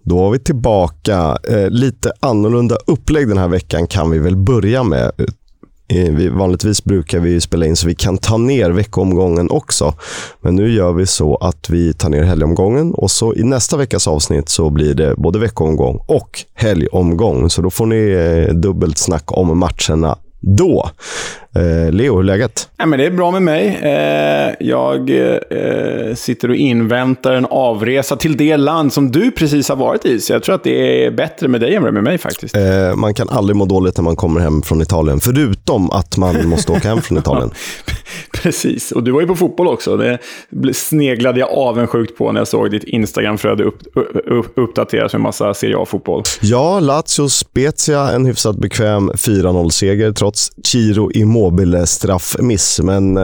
Då var vi tillbaka. Lite annorlunda upplägg den här veckan kan vi väl börja med. Vanligtvis brukar vi spela in så vi kan ta ner veckomgången också. Men nu gör vi så att vi tar ner helgomgången. Och så i nästa veckas avsnitt så blir det både veckomgång och helgomgång. Så då får ni dubbelt snack om matcherna då. Leo, hur är läget? Ja, men det är bra med mig. Jag sitter och inväntar en avresa till det land som du precis har varit i. Så jag tror att det är bättre med dig än med mig faktiskt. Man kan aldrig må dåligt när man kommer hem från Italien. Förutom att man måste åka hem från Italien. Precis, och du var ju på fotboll också. Det sneglade jag avundsjukt på när jag såg ditt Instagram-flöde uppdateras med massa Serie A-fotboll. Ja, Lazio Spezia, en hyfsat bekväm 4-0-seger trots Ciro Immobile straffmiss. Men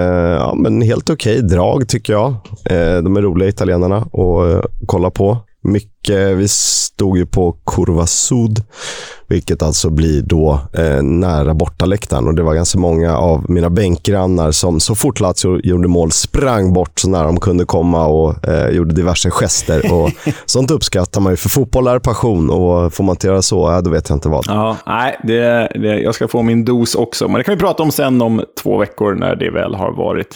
helt okej drag tycker jag. De är roliga italienarna att kolla på. Mycket, vi stod ju på Curva Sud, vilket alltså blir då nära bortaläktaren, och det var ganska många av mina bänkgrannar som så fort Lazio gjorde mål sprang bort så när de kunde komma och gjorde diverse gester, och sånt uppskattar man ju, för fotboll är passion, och får man inte göra så, då vet jag inte vad. Ja, nej, jag ska få min dos också, men det kan vi prata om sen om 2 veckor när det väl har varit.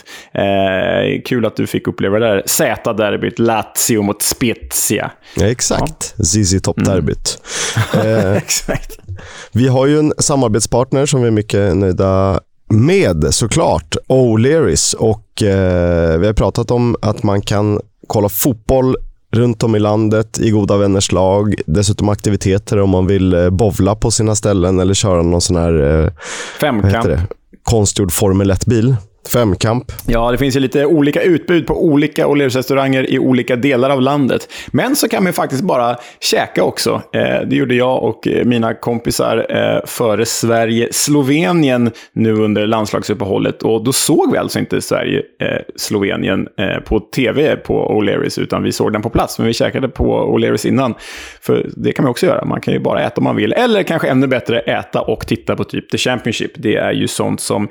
Kul att du fick uppleva det där Z-derbyt, Lazio mot Spezia. Ja, exakt, ja. Zizi toppderbyt. Exakt. Vi har ju en samarbetspartner som vi är mycket nöjda med, såklart, O'Learys, och vi har pratat om att man kan kolla fotboll runt om i landet i goda vänners lag, dessutom aktiviteter om man vill bowla på sina ställen eller köra någon sån här femkamp, konstgjord Formel 1-bil. Femkamp. Ja, det finns ju lite olika utbud på olika O'Learys-restauranger i olika delar av landet. Men så kan man faktiskt bara käka också. Det gjorde jag och mina kompisar före Sverige-Slovenien nu under landslagsuppehållet. Och då såg vi alltså inte Sverige-Slovenien på tv på O'Learys, utan vi såg den på plats. Men vi käkade på O'Learys innan. För det kan man också göra. Man kan ju bara äta om man vill. Eller kanske ännu bättre äta och titta på typ The Championship. Det är ju sånt som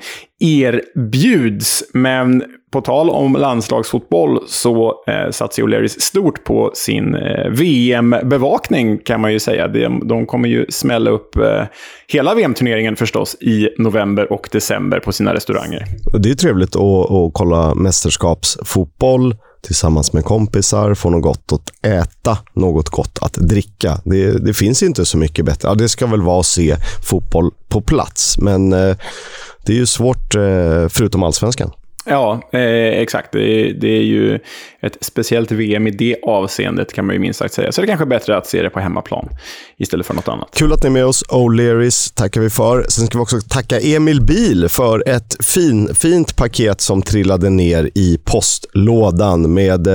erbjuds. Men på tal om landslagsfotboll så satsar O'Learys stort på sin VM-bevakning, kan man ju säga. De kommer ju smälla upp hela VM-turneringen förstås i november och december på sina restauranger. Det är trevligt att kolla mästerskapsfotboll tillsammans med kompisar, få något gott att äta, något gott att dricka. Det finns inte så mycket bättre. Ja, det ska väl vara att se fotboll på plats, men det är ju svårt förutom allsvenskan. Ja, exakt. Det är ju ett speciellt VM i det avseendet, kan man ju minst sagt säga. Så det är kanske bättre att se det på hemmaplan istället för något annat. Kul att ni är med oss. O'Learys tackar vi för. Sen ska vi också tacka Emil Bil för ett fint paket som trillade ner i postlådan med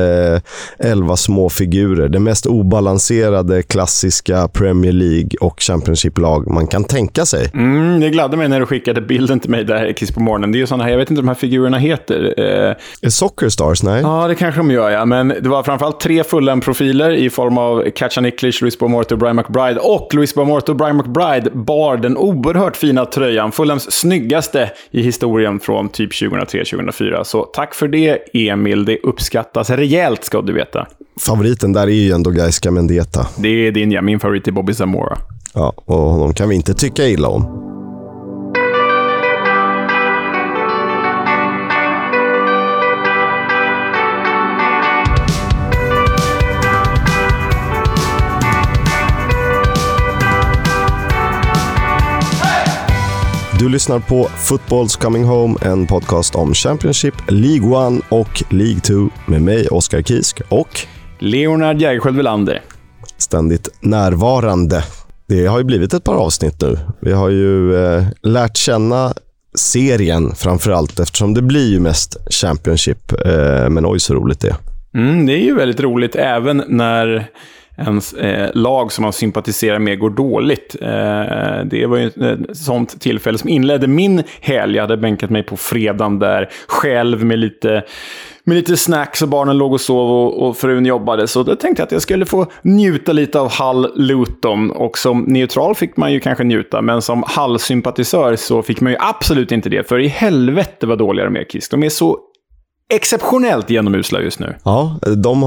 11 små figurer. Det mest obalanserade klassiska Premier League och Championship-lag man kan tänka sig. Det gladde mig när du skickade bilden till mig där kiss på morgonen. Det är ju sådana här, jag vet inte om de här figurerna heter. Soccer Stars, nej? Ja, det kanske de gör, ja. Men det var framförallt 3 Fulham-profiler i form av Katja Nicklish, Luis Boamorto och Brian McBride. Och Luis Boamorto och Brian McBride bar den oerhört fina tröjan. Fulhams snyggaste i historien från typ 2003-2004. Så tack för det, Emil. Det uppskattas rejält, ska du veta. Favoriten där är ju ändå Gaisca Mendieta. Det är din, ja. Min favorit är Bobby Zamora. Ja, och honom kan vi inte tycka illa om. Du lyssnar på Football's Coming Home, en podcast om Championship, League 1 och League 2 med mig, Oskar Kisk, och Leonard Jägerskiöld Welander. Ständigt närvarande. Det har ju blivit ett par avsnitt nu. Vi har ju lärt känna serien framförallt, eftersom det blir ju mest Championship. Men oj så roligt det är. Det är ju väldigt roligt även när ens lag som man sympatiserar med går dåligt. Det var ju ett sånt tillfälle som inledde min helg. Jag hade bänkat mig på fredagen där själv med lite snacks och barnen låg och sov och frun jobbade. Så då tänkte jag att jag skulle få njuta lite av Hull Luton. Och som neutral fick man ju kanske njuta, men som Hull-sympatisör så fick man ju absolut inte det. För i helvete vad dåliga de är, Kisk. De är så exceptionellt genomusla just nu. Ja, de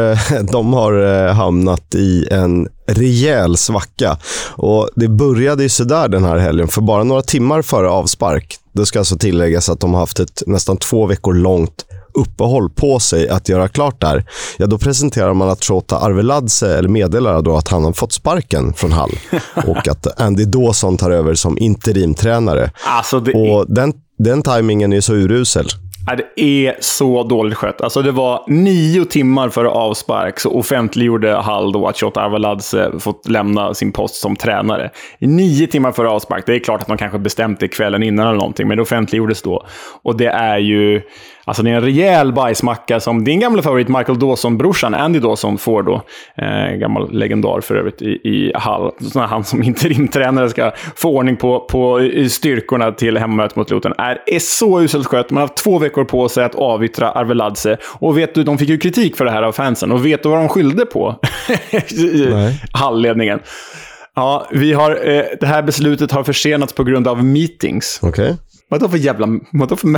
har hamnat i en rejäl svacka. Och det började ju sådär den här helgen. För bara några timmar före avspark, det ska alltså tilläggas att de har haft ett nästan 2 veckor långt uppehåll på sig att göra klart där. Ja, då presenterar man att Shota Arveladze, eller meddelar då att han har fått sparken från Hull. Och att Andy Dawson tar över som interimtränare. Alltså och den timingen är så urusel. Det är så dåligt skött. Alltså det var 9 timmar före avspark så offentliggjorde Hull då att Shota Arveladze fått lämna sin post som tränare. 9 timmar före avspark. Det är klart att man kanske bestämt det kvällen innan eller någonting, men det offentliggjordes då. Och det är ju... Alltså det är en rejäl bajsmacka som din gamla favorit Michael Dawson-brorsan Andy Dawson får då. Gammal legendar för övrigt i Hull. Så när han som interimtränare ska få ordning på styrkorna till hemmamötet mot Luton. Är så uselt skött. Man har haft 2 veckor på sig att avyttra Arveladze. Och vet du, de fick ju kritik för det här av fansen. Och vet du vad de skyllde på? Hull-ledningen. Ja, det här beslutet har försenats på grund av meetings. Okej. Vadå för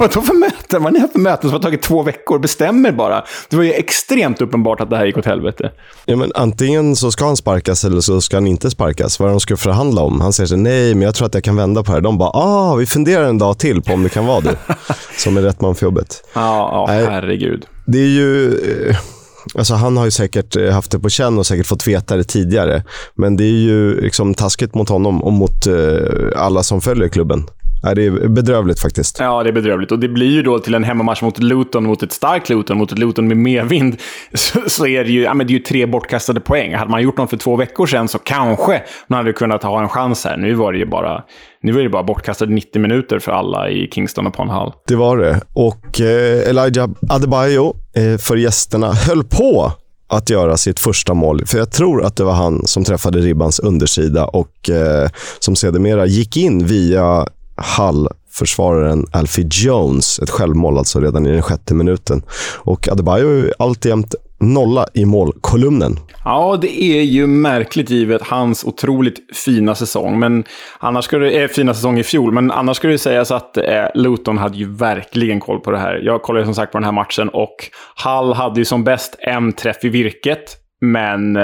möten? Vad ni har för möten som har tagit 2 veckor? Bestämmer bara. Det var ju extremt uppenbart att det här gick åt helvete. Ja, men antingen så ska han sparkas eller så ska han inte sparkas. Vad de ska förhandla om. Han säger så, nej, men jag tror att jag kan vända på det. De bara, vi funderar en dag till på om det kan vara det. Som är rätt man för jobbet. Ja, herregud. Det är ju... Alltså han har ju säkert haft det på känn och säkert fått veta det tidigare. Men det är ju liksom taskigt mot honom och mot alla som följer klubben. Det är bedrövligt faktiskt. Ja, det är bedrövligt. Och det blir ju då till en hemmamatch mot Luton, mot ett starkt Luton, mot ett Luton med medvind. Så är det ju, det är ju 3 bortkastade poäng. Hade man gjort dem för 2 veckor sedan så kanske man hade kunnat ha en chans här. Nu var det ju bara bortkastade 90 minuter för alla i Kingston upon Hull. Det var det. Och Elijah Adebayo för gästerna höll på att göra sitt första mål. För jag tror att det var han som träffade ribbans undersida och som sedermera gick in via Hull-försvararen Alfie Jones. Ett självmål alltså redan i den 6:e minuten. Och Adebayo är alltjämt 0 i målkolumnen. Ja, det är ju märkligt givet hans otroligt fina säsong. Men annars ska det fina säsong i fjol. Men annars skulle det sägas att Luton hade ju verkligen koll på det här. Jag kollade som sagt på den här matchen och Hull hade ju som bäst en träff i virket. Men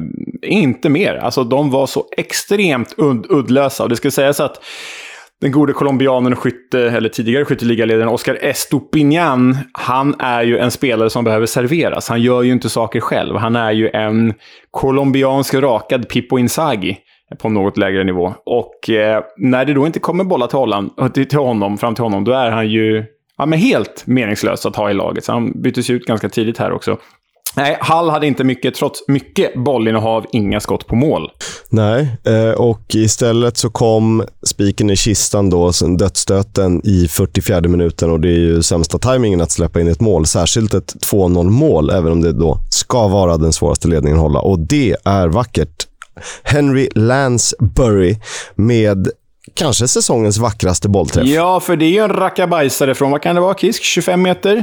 inte mer. Alltså de var så extremt uddlösa. Och det ska sägas att den gode colombianen och tidigare skytteligaledaren Oscar Estupiñán, han är ju en spelare som behöver serveras. Han gör ju inte saker själv. Han är ju en colombiansk rakad Pippo Inzaghi på något lägre nivå. Och när det då inte kommer bollar till honom, då är han ju helt meningslös att ha i laget. Så han byttes ut ganska tidigt här också. Nej, Hull hade inte mycket, trots mycket bollinnehav, inga skott på mål. Nej, och istället så kom spiken i kistan då, sen dödsstöten i 44 minuten och det är ju sämsta tajmingen att släppa in ett mål, särskilt ett 2-0 mål, även om det då ska vara den svåraste ledningen att hålla, och det är vackert. Henry Lansbury med kanske säsongens vackraste bollträff. Ja, för det är ju en rackabajsare från, vad kan det vara, Kisk? 25 meter?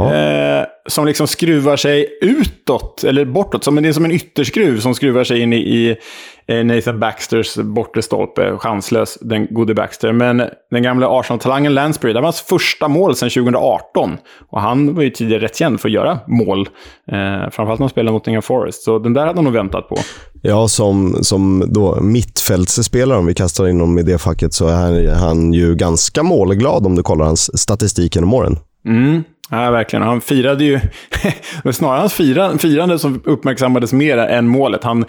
Som liksom skruvar sig utåt, eller bortåt. Det är som en ytterskruv som skruvar sig in i Nathan Baxters bortre stolpe. Chanslös, den gode Baxter. Men den gamla Arsenal-talangen Lansbury, det var hans första mål sedan 2018. Och han var ju tidigare rätt känd för att göra mål. Framförallt när han spelade mot Nottingham Forest. Så den där hade han nog väntat på. Ja, som då mittfältsspelare, om vi kastar in honom i det facket, så är han ju ganska målglad om du kollar hans statistik genom åren. Ja, verkligen. Han firade ju snarare hans firande som uppmärksammades mer än målet. Han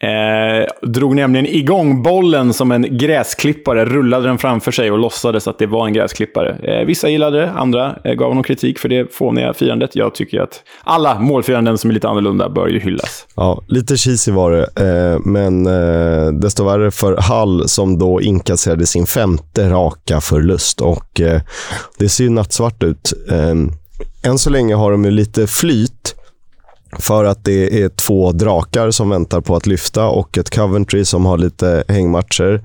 drog nämligen igång bollen som en gräsklippare, rullade den framför sig och låtsades att det var en gräsklippare. Vissa gillade det, andra gav honom kritik för det fåniga firandet. Jag tycker att alla målfiranden som är lite annorlunda bör ju hyllas. Ja, lite cheesy var det, men desto värre för Hull som då inkasserade sin 5:e raka förlust, och det ser ju nattsvart ut. Än så länge har de ju lite flyt för att det är 2 drakar som väntar på att lyfta och ett Coventry som har lite hängmatcher.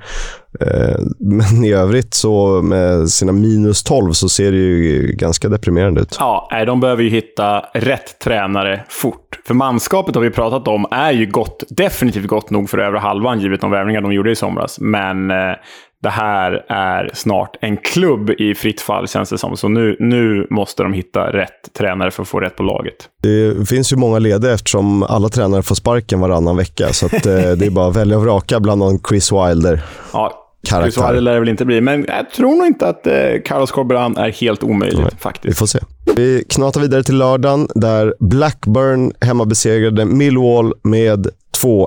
Men i övrigt så med sina -12 så ser det ju ganska deprimerande ut. Ja, de behöver ju hitta rätt tränare fort. För manskapet har vi pratat om är ju definitivt gott nog för övre halvan givet de värvningar de gjorde i somras. Men det här är snart en klubb i fritt fall, känns det som. Så nu måste de hitta rätt tränare för att få rätt på laget. Det finns ju många lediga eftersom alla tränare får sparken varannan vecka. Så att, det är bara att välja och vraka bland någon Chris Wilder. Ja, Chris Wilder lär det väl inte bli. Men jag tror nog inte att Carlos Corberán är helt omöjligt faktiskt. Vi får se. Vi knatar vidare till lördagen där Blackburn hemma besegrade Millwall med 2-1.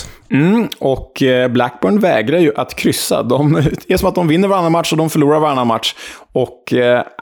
Och Blackburn vägrar ju att kryssa. Det är som att de vinner varannan match och de förlorar varannan match. Och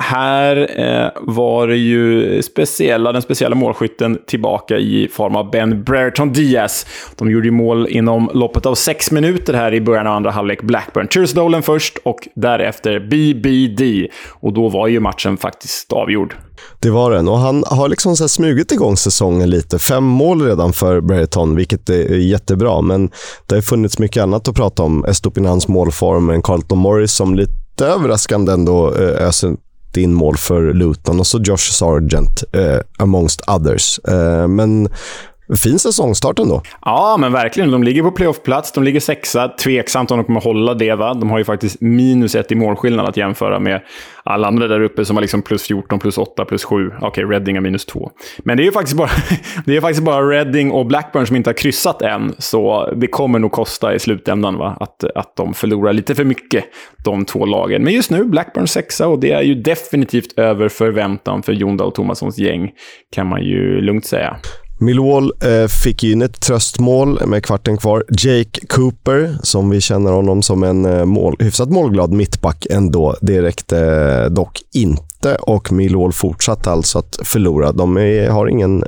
här var det ju den speciella målskytten tillbaka i form av Ben Brereton Diaz. De gjorde ju mål inom loppet av 6 minuter här i början av andra halvlek. Blackburn. Cheers Dolan först och därefter BBD. Och då var ju matchen faktiskt avgjord. Det var den, och han har liksom så här smugit igång säsongen lite. 5 mål redan för Brereton, vilket är jättebra. Men det har funnits mycket annat att prata om. Estopinans målform, en Carlton Morris som lite överraskande ändå öser in mål för Luton. Och så Josh Sargent, amongst others. Men fin säsongstart ändå. Ja, men verkligen. De ligger på playoffplats. De ligger 6:a. Tveksamt om de kommer hålla det, va? De har ju faktiskt -1 i målskillnad att jämföra med alla andra där uppe som har liksom +14, +8, +7. Okej, Reading har -2. Men det är ju faktiskt bara Reading och Blackburn som inte har kryssat än. Så det kommer nog kosta i slutändan, va? Att de förlorar lite för mycket, de 2 lagen. Men just nu, Blackburn 6:a, och det är ju definitivt över förväntan för Jon Dahl Tomassons gäng, kan man ju lugnt säga. Millwall fick in ett tröstmål med kvarten kvar. Jake Cooper, som vi känner honom som en hyfsat målglad mittback ändå. Det räckte dock inte, och Millwall fortsatte alltså att förlora. De har ingen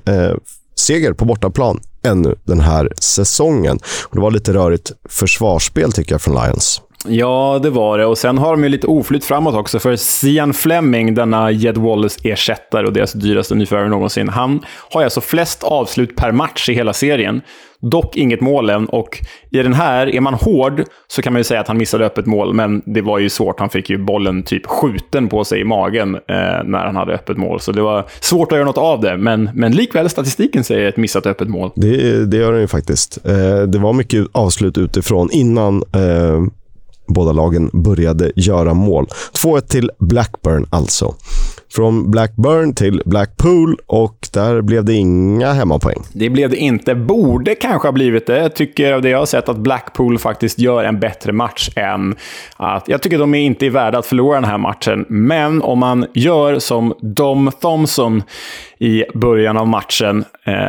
seger på bortaplan ännu den här säsongen. Och det var lite rörigt försvarsspel tycker jag från Lions. Ja, det var det. Och sen har de ju lite oflytt framåt också, för Sian Fleming, denna Jed Wallace-ersättare och deras dyraste nyförvärv någonsin, han har alltså flest avslut per match i hela serien. Dock inget mål än, och i den här, är man hård så kan man ju säga att han missade öppet mål, men det var ju svårt. Han fick ju bollen typ skjuten på sig i magen när han hade öppet mål, så det var svårt att göra något av det, men likväl statistiken säger ett missat öppet mål. Det gör den ju faktiskt. Det var mycket avslut utifrån innan båda lagen började göra mål. 2-1 till Blackburn alltså. Från Blackburn till Blackpool, och där blev det inga hemmapoäng. Det blev det inte. Borde kanske ha blivit det. Jag tycker av det jag har sett att Blackpool faktiskt gör en bättre match än att... Jag tycker de är inte i värde att förlora den här matchen. Men om man gör som Dom Thompson i början av matchen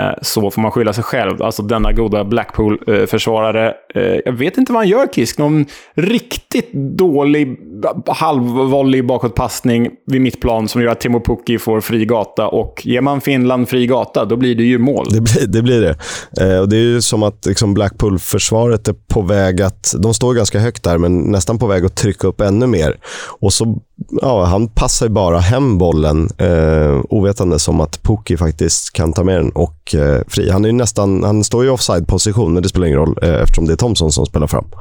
så får man skylla sig själv. Alltså denna goda Blackpool-försvarare. Jag vet inte vad han gör, Kisk. Någon riktigt dålig halvvolley bakåtpassning vid mittplan som gör att Timo Pukki får fri gata, och ger man Finland fri gata då blir det ju mål. Det blir det. Och det är ju som att liksom Blackpool-försvaret är på väg att, de står ganska högt där men nästan på väg att trycka upp ännu mer. Och så han passar ju bara hem bollen ovetande som att Pukki faktiskt kan ta med den och fri. Han står i offside-position, men det spelar ingen roll eftersom det är Thompson som spelar fram.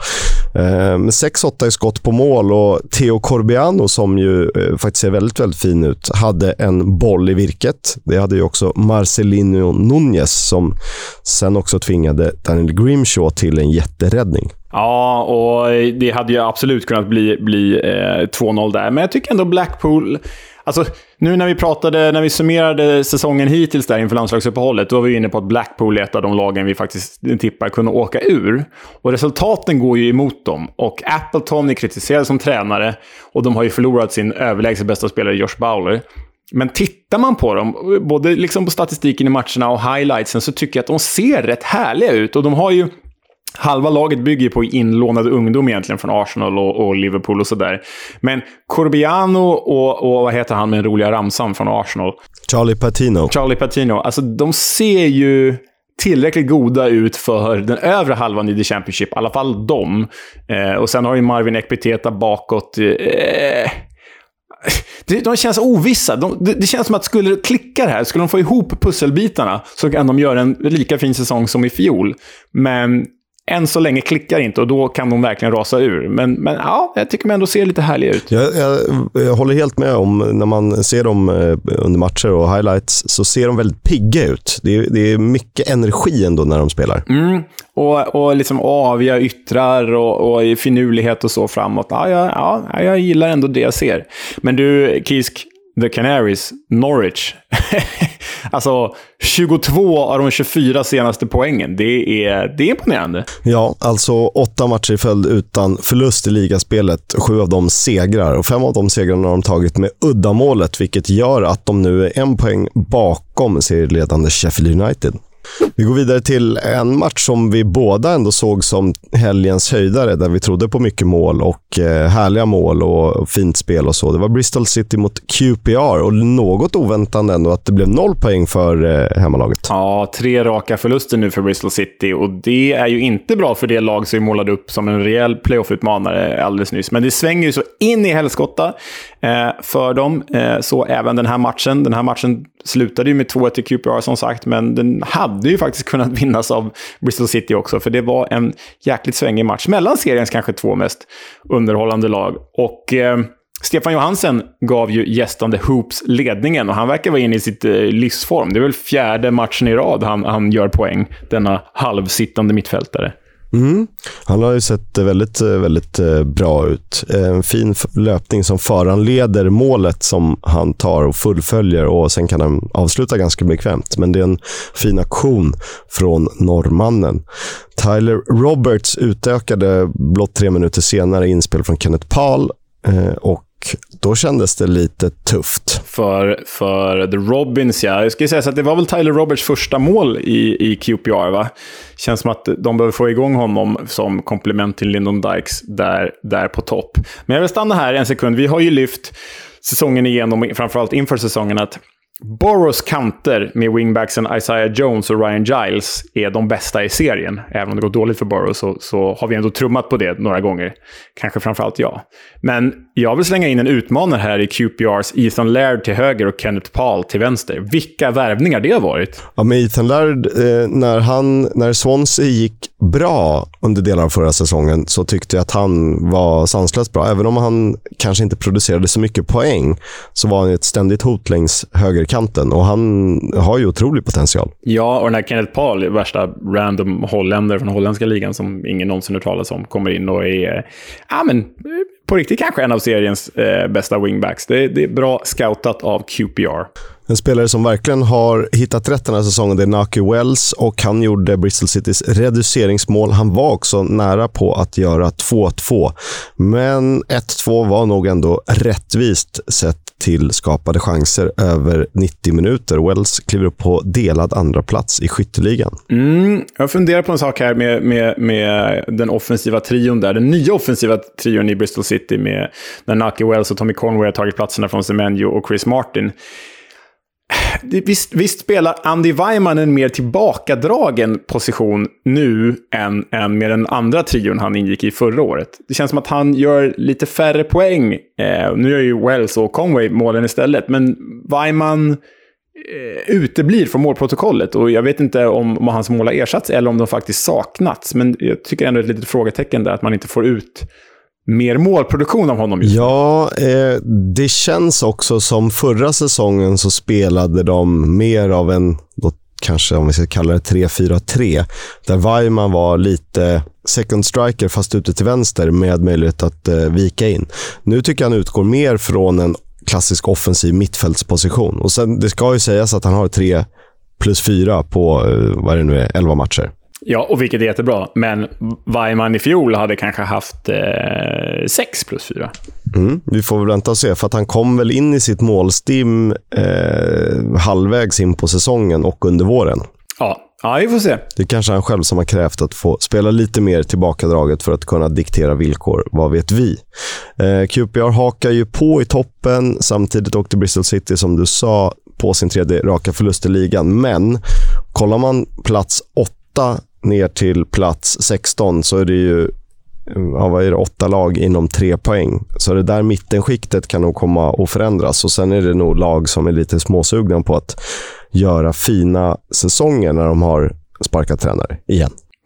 Med 6-8 i skott på mål, och Theo Corbeano som ju faktiskt ser väldigt, väldigt fin ut, hade en boll i virket. Det hade ju också Marcelino Núñez som sen också tvingade Daniel Grimshaw till en jätteräddning. Ja, och det hade ju absolut kunnat bli 2-0 där. Men jag tycker ändå Blackpool... Alltså, nu när vi summerade säsongen hittills där inför landslagsuppehållet, då var vi inne på att Blackpool är ett av de lagen vi faktiskt tippar kunna åka ur. Och resultaten går ju emot dem. Och Appleton är kritiserad som tränare, och de har ju förlorat sin överlägset bästa spelare Josh Bowler. Men tittar man på dem, både liksom på statistiken i matcherna och highlightsen, så tycker jag att de ser rätt härliga ut. Och de har ju... Halva laget bygger på inlånad ungdom egentligen från Arsenal och Liverpool och sådär. Men Corbeano och vad heter han med en roliga ramsan från Arsenal? Charlie Patino. Alltså de ser ju tillräckligt goda ut för den övre halvan i The Championship. I alla fall de. Och sen har ju Marvin Ekpiteta bakåt... De känns ovissa. Det känns som att skulle det klicka här, skulle de få ihop pusselbitarna, så kan de göra en lika fin säsong som i fjol. Men än så länge klickar inte och då kan de verkligen rasa ur. Men ja, jag tycker man ändå ser lite härlig ut. Jag håller helt med om, när man ser dem under matcher och highlights så ser de väldigt pigga ut. Det är mycket energi ändå när de spelar. Och liksom aviga yttrar och finurlighet och så framåt. Ja, jag gillar ändå det jag ser. Men du, Kisk, The Canaries, Norwich. Alltså 22 av de 24 senaste poängen. Det är imponerande. Ja, alltså 8 matcher i följd utan förlust i ligaspelet. 7 av dem segrar och 5 av de segrarna har de tagit med uddamålet, vilket gör att de nu är 1 poäng bakom serieledande Sheffield United. Vi går vidare till en match som vi båda ändå såg som helgens höjdare, där vi trodde på mycket mål och härliga mål och fint spel och så. Det var Bristol City mot QPR och något oväntande ändå att det blev 0 poäng för hemmalaget. Ja, 3 raka förluster nu för Bristol City och det är ju inte bra för det lag som vi målade upp som en rejäl playoff-utmanare alldeles nyss. Men det svänger ju så in i helskotta för dem, så även den här matchen. Den här matchen slutade ju med 2-1 till QPR som sagt, men den hade ju faktiskt kunnat vinnas av Bristol City också, för det var en jäkligt svängig match mellan seriens kanske 2 mest underhållande lag. Och Stefan Johansen gav ju gästande Hoops ledningen och han verkar vara inne i sitt livsform. Det är väl 4:e matchen i rad han gör poäng, denna halvsittande mittfältare. Han har ju sett väldigt, väldigt bra ut. En fin löpning som föranleder målet som han tar och fullföljer, och sen kan han avsluta ganska bekvämt. Men det är en fin aktion från norrmannen. Tyler Roberts utökade blott 3 minuter senare inspel från Kenneth Paul och då kändes det lite tufft. För The Robins, ja. Jag ska säga så att det var väl Tyler Roberts första mål i QPR, va? Känns som att de behöver få igång honom som komplement till Lyndon Dykes där på topp. Men jag vill stanna här en sekund. Vi har ju lyft säsongen igenom, framförallt inför säsongen, att Boroughs kanter med wingbacksen Isaiah Jones och Ryan Giles är de bästa i serien. Även om det går dåligt för Borough så har vi ändå trummat på det några gånger. Kanske framförallt jag. Men jag vill slänga in en utmanare här i QPRs Ethan Laird till höger och Kenneth Paul till vänster. Vilka värvningar det har varit. Ja, men Ethan Laird, när Swansea gick bra under delar av förra säsongen så tyckte jag att han var sanslöst bra. Även om han kanske inte producerade så mycket poäng så var han ett ständigt hot längs högerkanten och han har ju otrolig potential. Ja, och den här Kenneth Paul, värsta random holländare från holländska ligan som ingen någonsin har talat om, kommer in och är på riktigt kanske en av seriens bästa wingbacks. Det är bra scoutat av QPR. En spelare som verkligen har hittat rätt den här säsongen, det är Naki Wells, och han gjorde Bristol Citys reduceringsmål. Han var också nära på att göra 2-2. Men 1-2 var nog ändå rättvist sett till skapade chanser över 90 minuter. Wells kliver upp på delad andra plats i skytteligan. Jag funderar på en sak här med den offensiva trion där. Den nya offensiva trion i Bristol City med när Naki Wells och Tommy Conway har tagit platserna från Semenyo och Chris Martin. Visst spelar Andy Weimann en mer tillbakadragen position nu än med den andra trion han ingick i förra året. Det känns som att han gör lite färre poäng. Nu gör ju Wells och Conway målen istället, men Weimann uteblir från målprotokollet och jag vet inte om hans mål har ersatts eller om de faktiskt saknats, men jag tycker ändå ett litet frågetecken där att man inte får ut mer målproduktion av honom just nu. Ja, det känns också som förra säsongen så spelade de mer av en, då kanske om vi ska kalla det 3-4-3, där Weimann var lite second striker fast ute till vänster med möjlighet att vika in. Nu tycker jag han utgår mer från en klassisk offensiv mittfältsposition. Och sen, det ska ju sägas att han har 3+4 på vad det nu är, 11 matcher. Ja, och vilket är jättebra. Men Weimann i fjol hade kanske haft 6+4. Vi får väl vänta och se, för att han kom väl in i sitt målstim halvvägs in på säsongen och under våren. Ja, vi får se. Det är kanske han själv som har krävt att få spela lite mer tillbakadraget för att kunna diktera villkor. Vad vet vi? QPR hakar ju på i toppen. Samtidigt åkte Bristol City, som du sa, på sin 3:e raka förlust i ligan. Men kollar man plats 8 ner till plats 16 så är det ju 8 lag inom 3 poäng. Så det där mittenskiktet kan nog komma att förändras. Och sen är det nog lag som är lite småsugna på att göra fina säsonger när de har sparkat tränare igen.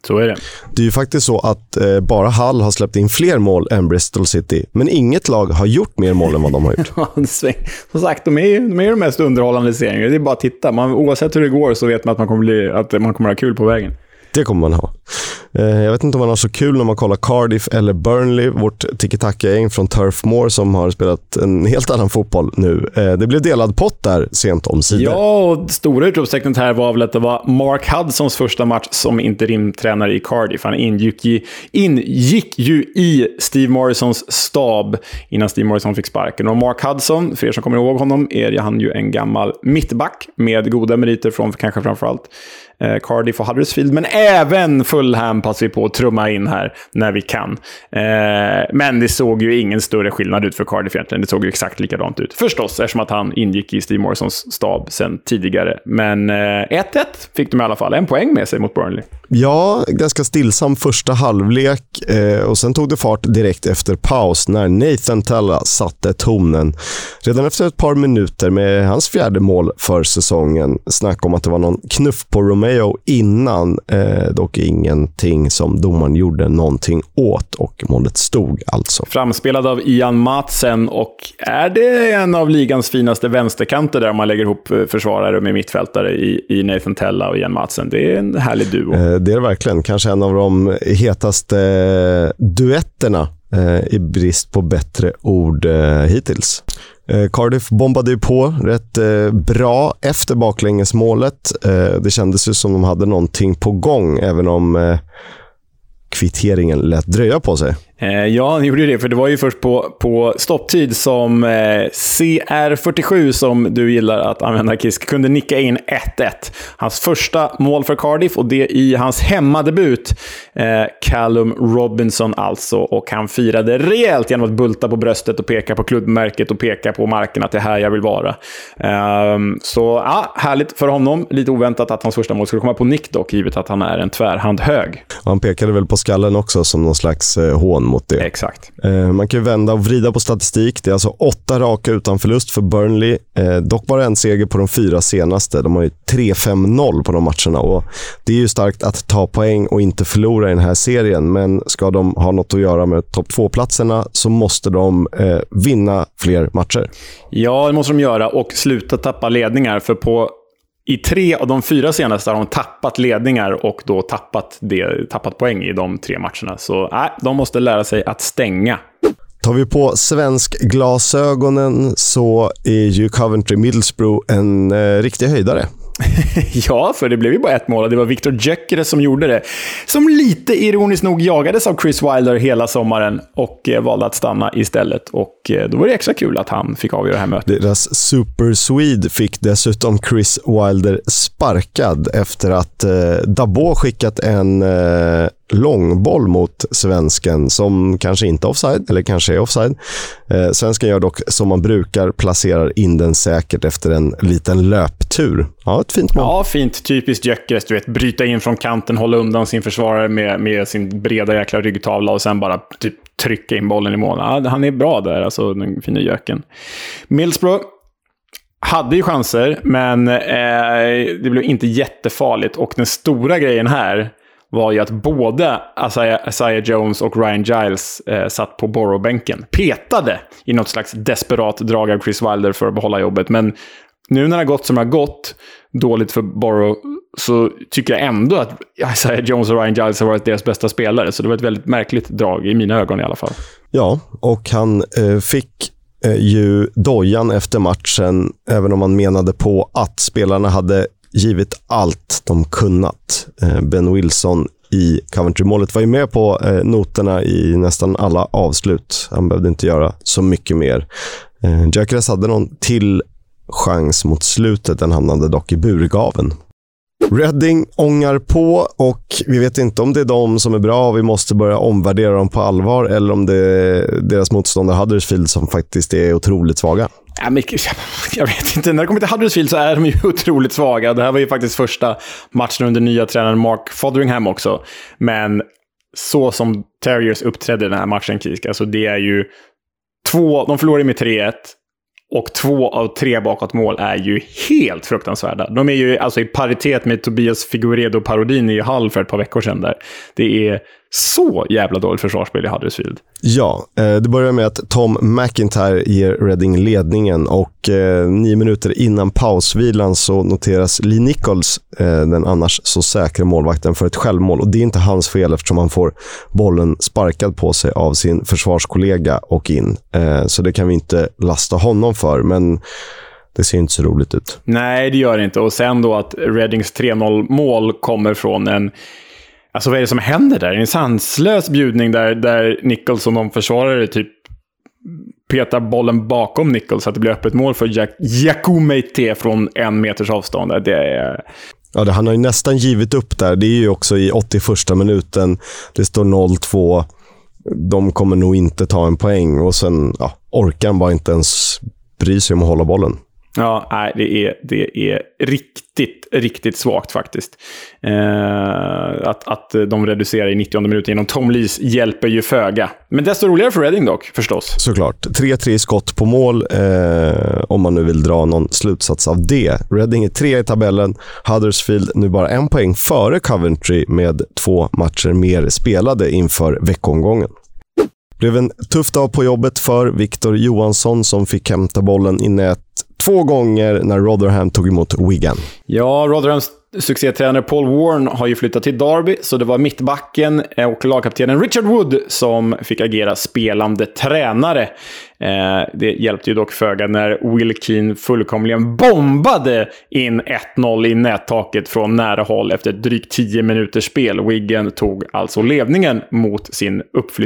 Så är det. Det är ju faktiskt så att bara Hull har släppt in fler mål än Bristol City. Men inget lag har gjort mer mål än vad de har gjort. Som sagt, de är de mest underhållande serierna. Det är bara att titta. Oavsett hur det går så vet man att man kommer ha kul på vägen. Det kommer man ha. Jag vet inte om man har så kul när man kollar Cardiff eller Burnley, vårt tiki-taka-gäng från Turf Moor som har spelat en helt annan fotboll nu. Det blev delad pott där sent om sidor. Ja, och stora utropstecknet här var väl att det var Mark Hudsons första match som interimtränare i Cardiff. Han ingick ju i Steve Morrisons stab innan Steve Morrison fick sparken. Och Mark Hudson, för er som kommer ihåg honom, är han ju en gammal mittback med goda meriter från kanske framförallt Cardiff och Huddersfield, men även Fulham passar vi på att trumma in här när vi kan. Men det såg ju ingen större skillnad ut för Cardiff egentligen. Det såg ju exakt likadant ut. Förstås, eftersom att han ingick i Steve Morrisons stab sen tidigare. Men 1-1 fick de i alla fall en poäng med sig mot Burnley. Ja, ganska stillsam första halvlek och sen tog det fart direkt efter paus när Nathan Tella satte tonen. Redan efter ett par minuter med hans 4:e mål för säsongen. Snack om att det var någon knuff på Romeo innan, dock ingenting som domaren gjorde någonting åt och målet stod alltså. Framspelad av Ian Madsen, och är det en av ligans finaste vänsterkanter där man lägger ihop försvarare med mittfältare i Nathan Tella och Ian Madsen. Det är en härlig duo. Det är verkligen. Kanske en av de hetaste duetterna i brist på bättre ord hittills. Cardiff bombade ju på rätt bra efter baklängesmålet. Det kändes ju som de hade någonting på gång, även om kvitteringen lät dröja på sig. Ja, ni gjorde det, för det var ju först på stopptid som CR47, som du gillar att använda, Kisk, kunde nicka in 1-1. Hans första mål för Cardiff, och det i hans hemmadebut. Callum Robinson alltså, och han firade rejält genom att bulta på bröstet och peka på klubbmärket och peka på marken att det är här jag vill vara. Så ja, härligt för honom. Lite oväntat att hans första mål skulle komma på nick dock, givet att han är en tvärhand hög. Han pekade väl på skallen också som någon slags hån mot det. Exakt. Man kan ju vända och vrida på statistik. Det är alltså 8 raka utan förlust för Burnley. Dock bara en seger på de 4 senaste. De har ju 3-5-0 på de matcherna, och det är ju starkt att ta poäng och inte förlora i den här serien. Men ska de ha något att göra med topp 2-platserna så måste de vinna fler matcher. Ja, det måste de göra, och sluta tappa ledningar, för i 3 av de 4 senaste har de tappat ledningar och då tappat poäng i de 3 matcherna. Så de måste lära sig att stänga. Tar vi på svensk glasögonen så är ju Coventry Middlesbrough en riktig höjdare. Ja, för det blev ju bara 1 mål, och det var Victor Gyökeres som gjorde det. Som lite ironiskt nog jagades av Chris Wilder hela sommaren och valde att stanna istället. Och då var det extra kul att han fick avgöra det här mötet. Deras Super Swede fick dessutom Chris Wilder sparkad efter att Dabo skickat en långboll mot svensken som kanske inte är offside, eller kanske är offside. Svensken gör dock som man brukar, placerar in den säkert efter en liten löptur. Ja, ett fint mål. Ja, fint. Typiskt Gyökeres, du vet, bryta in från kanten, hålla undan sin försvarare med sin breda jäkla ryggtavla och sen bara typ trycka in bollen i mål. Ja, han är bra där, alltså den fina Jöken. Middlesbrough hade ju chanser, men det blev inte jättefarligt, och den stora grejen här var ju att både Isaiah Jones och Ryan Giles satt på Borough-bänken. Petade i något slags desperat drag av Chris Wilder för att behålla jobbet. Men nu när det har gått som det har gått, dåligt för Borough, så tycker jag ändå att Isaiah Jones och Ryan Giles har varit deras bästa spelare. Så det var ett väldigt märkligt drag i mina ögon i alla fall. Ja, och han fick ju dojan efter matchen, även om man menade på att spelarna hade givit allt de kunnat. Ben Wilson i Coventry-målet var ju med på noterna i nästan alla avslut. Han behövde inte göra så mycket mer. Gyökeres hade någon till chans mot slutet, den hamnade dock i burgaven. Reading ångar på, och vi vet inte om det är de som är bra och vi måste börja omvärdera dem på allvar, eller om det är deras motståndare Huddersfield som faktiskt är otroligt svaga. Ja, men jag vet inte, när det kommer till Huddersfield så är de ju otroligt svaga. Det här var ju faktiskt första matchen under nya tränaren Mark Fotheringham också. Men så som Terriers uppträdde den här matchen, Kisk, alltså det är ju de förlorade med 3-1. Och 2 av 3 bakåtmål är ju helt fruktansvärda. De är ju alltså i paritet med Tobias Figueiredo-parodin i Hull för ett par veckor sedan där. Det är så jävla dåligt försvarsspel i Huddersfield. Ja, det börjar med att Tom McIntyre ger Reading ledningen och 9 minuter innan pausvilan så noteras Lee Nichols, den annars så säkra målvakten, för ett självmål. Och det är inte hans fel eftersom han får bollen sparkad på sig av sin försvarskollega och in. Så det kan vi inte lasta honom för, men det ser inte så roligt ut. Nej, det gör det inte. Och sen då att Readings 3-0-mål kommer från en... Alltså vad är det som händer där? En sanslös bjudning där Nichols och någon försvarare typ petar bollen bakom Nichols så att det blir öppet mål för Yakou Meite från 1 meters avstånd. Ja, han har ju nästan givit upp där. Det är ju också i 81:a minuten. Det står 0-2. De kommer nog inte ta en poäng och sen orkar han bara inte ens bry sig om att hålla bollen. Ja, nej, det är riktigt svagt faktiskt. Att de reducerar i 90:e minuten genom Tom Lees hjälper ju föga. Men desto roligare för Reading dock, förstås. Såklart. 3-3 skott på mål, om man nu vill dra någon slutsats av det. Reading är 3 i tabellen. Huddersfield nu bara 1 poäng före Coventry med 2 matcher mer spelade inför veckomgången. Det blev en tuff dag på jobbet för Victor Johansson som fick hämta bollen i nät 2 gånger när Rotherham tog emot Wigan. Ja, Rotherhams succétränare Paul Warne har ju flyttat till Derby, så det var mittbacken och lagkaptenen Richard Wood som fick agera spelande tränare. Det hjälpte ju dock föga när Will Keane fullkomligen bombade in 1-0 i nättaket från nära håll efter drygt 10 minuters spel. Wigan tog alltså ledningen mot sin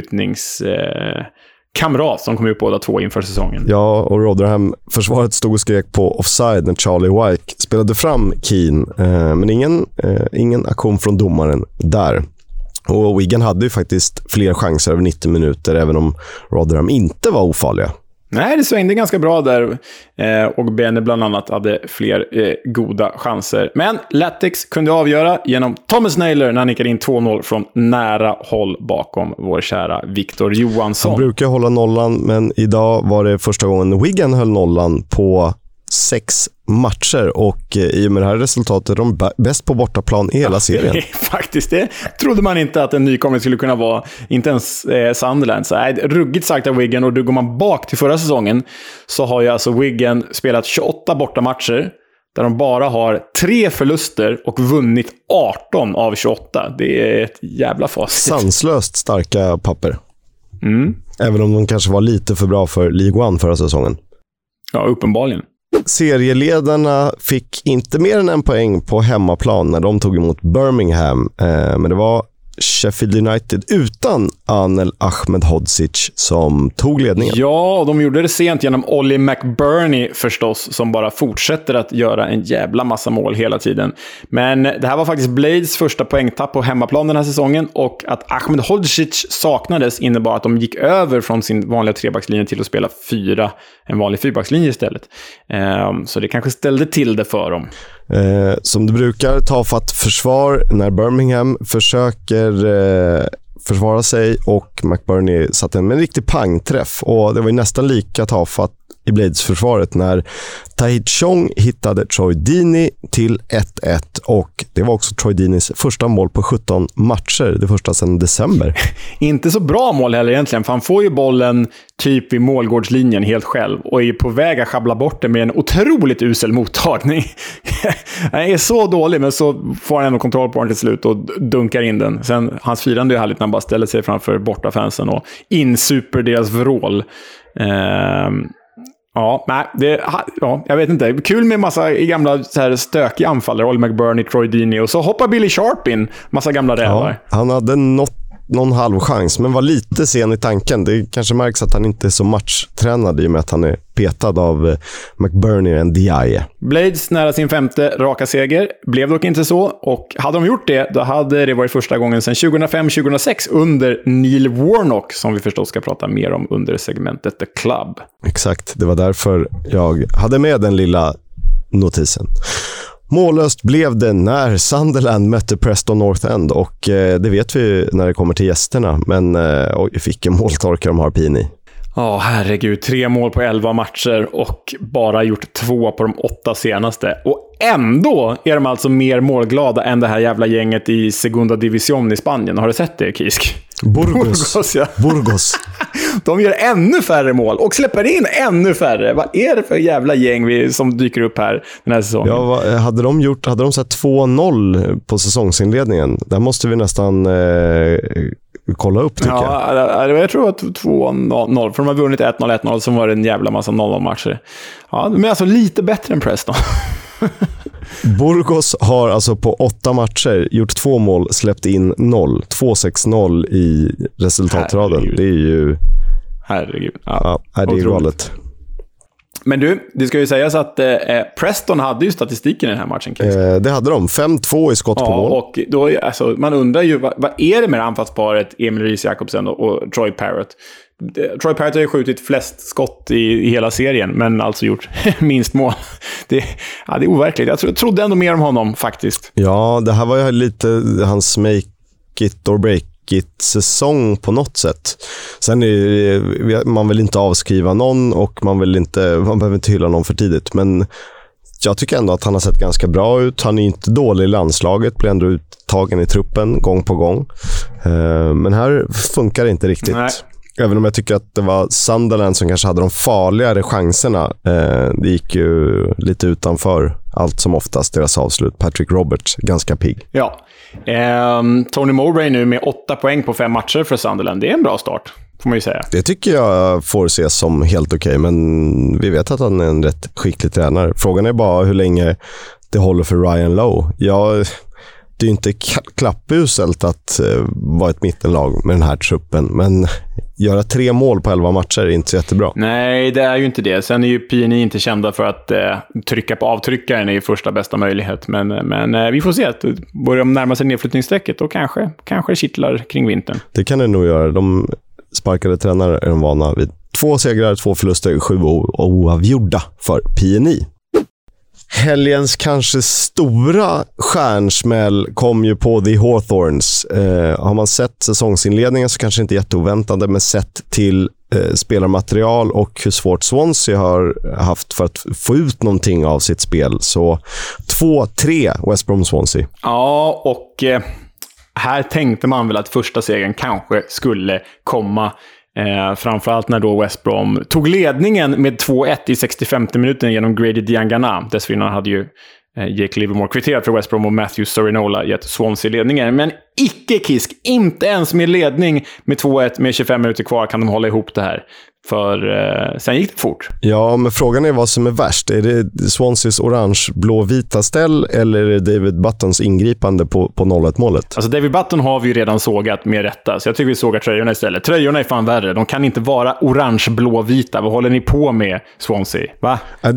uppflyttningskamrat som kom ut båda 2 inför säsongen. Ja, och Rotherham-försvaret stod och skrek på offside när Charlie Wyke spelade fram Keane. Men ingen aktion från domaren där. Och Wigan hade ju faktiskt fler chanser över 90 minuter även om Rotherham inte var ofarliga. Nej, det svängde ganska bra där. Och Bene bland annat hade fler goda chanser. Men Latics kunde avgöra genom Thomas Naylor när han nickade in 2-0 från nära håll bakom vår kära Victor Johansson. Han brukar hålla nollan, men idag var det första gången Wigan höll nollan på 6 matcher och i och med det här resultatet är de bäst på bortaplan i hela serien. Faktiskt, det trodde man inte att en nykomling skulle kunna vara, inte ens Sunderland. Så ruggigt sagt av Wigan, och då går man bak till förra säsongen så har ju alltså Wigan spelat 28 bortamatcher där de bara har 3 förluster och vunnit 18 av 28. Det är ett jävla facit. Sanslöst starka papper. Mm. Även om de kanske var lite för bra för League One förra säsongen. Ja, uppenbarligen. Serieledarna fick inte mer än 1 poäng på hemmaplan när de tog emot Birmingham. Men det var Sheffield United utan Anel Ahmedhodzic som tog ledningen. Ja, och de gjorde det sent genom Ollie McBurney förstås, som bara fortsätter att göra en jävla massa mål hela tiden. Men det här var faktiskt Blades första poängtapp på hemmaplan den här säsongen, och att Ahmedhodzic saknades innebar att de gick över från sin vanliga 3-backslinje till att spela en vanlig 4-backslinje istället. Så det kanske ställde till det för dem. Som det brukar, tafatt försvar när Birmingham försöker försvara sig, och McBurney satte en riktig pangträff, och det var ju nästan lika tafatt i Blades-försvaret när Tahith Chong hittade Troy Deeney till 1-1, och det var också Troy Deeneys första mål på 17 matcher, det första sedan december. Inte så bra mål heller egentligen, för han får ju bollen typ vid målgårdslinjen helt själv och är på väg att schabbla bort det med en otroligt usel mottagning. Han är så dålig, men så får han ändå kontroll på den till slut och dunkar in den. Sen hans firande är härligt när han bara ställer sig framför bortafansen och insuper deras vrål. Jag vet inte. Kul med massa gamla så här stökiga anfallare. Ollie McBurney, Troy Deeney, och så hoppar Billy Sharp in. Massa gamla rävar. Ja, han hade någon halv chans, men var lite sen i tanken. Det kanske märks att han inte är så matchtränad i och med att han är petad av McBurney och Ndiaye. Blades nära sin 5:e raka seger. Blev dock inte så, och hade de gjort det, då hade det varit första gången sedan 2005-2006 under Neil Warnock, som vi förstås ska prata mer om under segmentet The Club. Exakt, det var därför jag hade med den lilla notisen. Mållöst blev det när Sunderland mötte Preston North End, och det vet vi när det kommer till gästerna, men vilken måltorka de har Pini. Herregud. 3 mål på 11 matcher och bara gjort 2 på de 8 senaste. Och ändå är de alltså mer målglada än det här jävla gänget i Segunda Division i Spanien. Har du sett det, Kisk? Burgos. Ja. Burgos. De gör ännu färre mål och släpper in ännu färre. Vad är det för jävla gäng som dyker upp här den här säsongen? Ja, hade de sett 2-0 på säsongsinledningen? Där måste vi nästan kolla upp, tycker jag. Jag tror att 2-0. För de har vunnit 1-0, 1-0, som var det en jävla massa 0-matcher. Ja, de är alltså lite bättre än Preston. Burgos har alltså på 8 matcher gjort 2 mål, släppt in 0. 2-6-0 i resultatraden. Herregud. Det är ju... Herregud. Ja, det är galet. Men du, det ska ju sägas att Preston hade ju statistiken i den här matchen. Det hade de. 5-2 i skott på mål. Och då, alltså, man undrar ju, vad är det med anfallsparet Emil Riis-Jakobsen och Troy Parrott? Troy Parrott har ju skjutit flest skott i hela serien, men alltså gjort minst mål. Det är overkligt. Jag trodde ändå mer om honom, faktiskt. Ja, det här var ju lite hans make it or break it-säsong på något sätt. Sen man vill inte avskriva någon och man behöver inte hylla någon för tidigt, men jag tycker ändå att han har sett ganska bra ut. Han är inte dålig i landslaget, blir ändå uttagen i truppen gång på gång. Men här funkar det inte riktigt. Nej. Även om jag tycker att det var Sunderland som kanske hade de farligare chanserna. Det gick ju lite utanför allt som oftast deras avslut. Patrick Roberts, ganska pigg. Ja. Tony Mowbray nu med 8 poäng på 5 matcher för Sunderland. Det är en bra start, får man ju säga. Det tycker jag får ses som helt okej, men vi vet att han är en rätt skicklig tränare. Frågan är bara hur länge det håller för Ryan Lowe. Det är ju inte klappuselt att vara ett mittenlag med den här truppen, men göra 3 mål på 11 matcher är inte så jättebra. Nej, det är ju inte det. Sen är ju PNI inte kända för att trycka på avtryckaren i första bästa möjlighet. Men vi får se att börjar de närma sig nedflyttningsstrecket och kanske kittlar kring vintern. Det kan det nog göra. De sparkade tränare är de vana vid. 2 segrar, 2 förluster, 7 oavgjorda för PNI. Helgens kanske stora stjärnsmäll kom ju på The Hawthorns. Har man sett säsongsinledningen så kanske inte jätteoväntande, men sett till spelarmaterial och hur svårt Swansea har haft för att få ut någonting av sitt spel. Så 2-3 West Brom Swansea. Ja, och här tänkte man väl att första segern kanske skulle komma. Framförallt när då West Brom tog ledningen med 2-1 i 65 minuten genom Grady Diangana. Dessförinnan hade ju Jake Livermore kvitterat för West Brom och Matthew Sorinola gett Swansea ledningen. Men icke Kisk, inte ens med ledning med 2-1 med 25 minuter kvar kan de hålla ihop det här. För sen gick det fort. Ja, men frågan är vad som är värst. Är det Swanseas orange-blå-vita ställ eller är det David Buttons ingripande på 0-1-målet? Alltså David Button har vi ju redan sågat med rätta. Så jag tycker vi sågar tröjorna istället. Tröjorna är fan värre. De kan inte vara orange-blå-vita. Vad håller ni på med, Swansea? Va? Ja,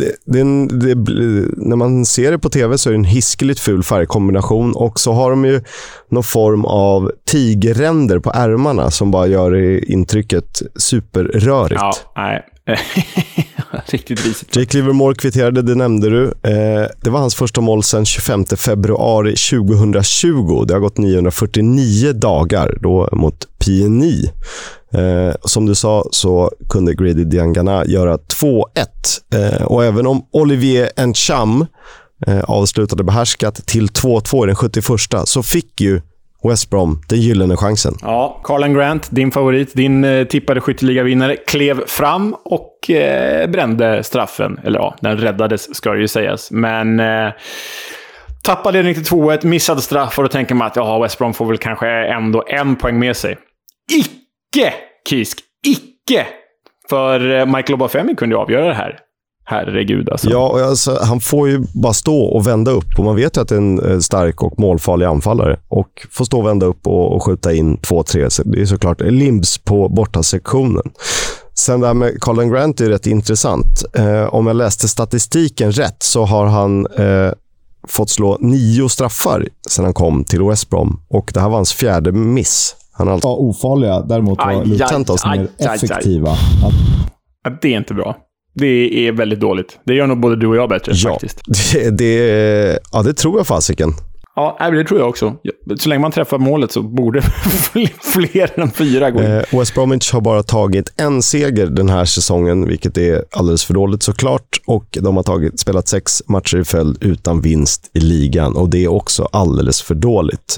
när man ser det på tv så är det en hiskeligt ful färgkombination. Och så har de ju någon form av tigerränder på ärmarna som bara gör intrycket superrörigt. Ja, nej. Riktigt risigt. Jake Livermore kvitterade, det nämnde du. Det var hans första mål sedan 25 februari 2020. Det har gått 949 dagar då mot PNI. Som du sa så kunde Grady Diangana göra 2-1. Och även om Olivier Ntcham avslutade behärskat till 2-2 i den 71 så fick ju West Brom den gyllene chansen. Ja, Karlan Grant, din favorit, din tippade skytteligavinnare, klev fram och brände straffen. Eller ja, den räddades ska det ju sägas. Men tappade ledning till 2-1, missade straff och då tänker man att West Brom får väl kanske ändå 1 poäng med sig. Icke, Kisk, icke! För Michael Obafemi kunde ju avgöra det här. Herregud alltså. Ja, alltså, han får ju bara stå och vända upp och man vet ju att det är en stark och målfarlig anfallare och får stå och vända upp och skjuta in 2-3. Så det är såklart limbs på bortasektionen. Sen där med Karlan Grant är rätt intressant. Om jag läste statistiken rätt så har han fått slå 9 straffar sedan han kom till West Brom och det här var hans 4:e miss. Han har ofarliga, däremot var Lutentos mer effektiva. Det är inte bra. Det är väldigt dåligt. Det gör nog både du och jag bättre faktiskt. Det tror jag fasiken. Ja, det tror jag också. Så länge man träffar målet så borde fler än 4 gå in. West Bromwich har bara tagit en seger den här säsongen, vilket är alldeles för dåligt såklart. Och de har spelat 6 matcher i följd utan vinst i ligan. Och det är också alldeles för dåligt.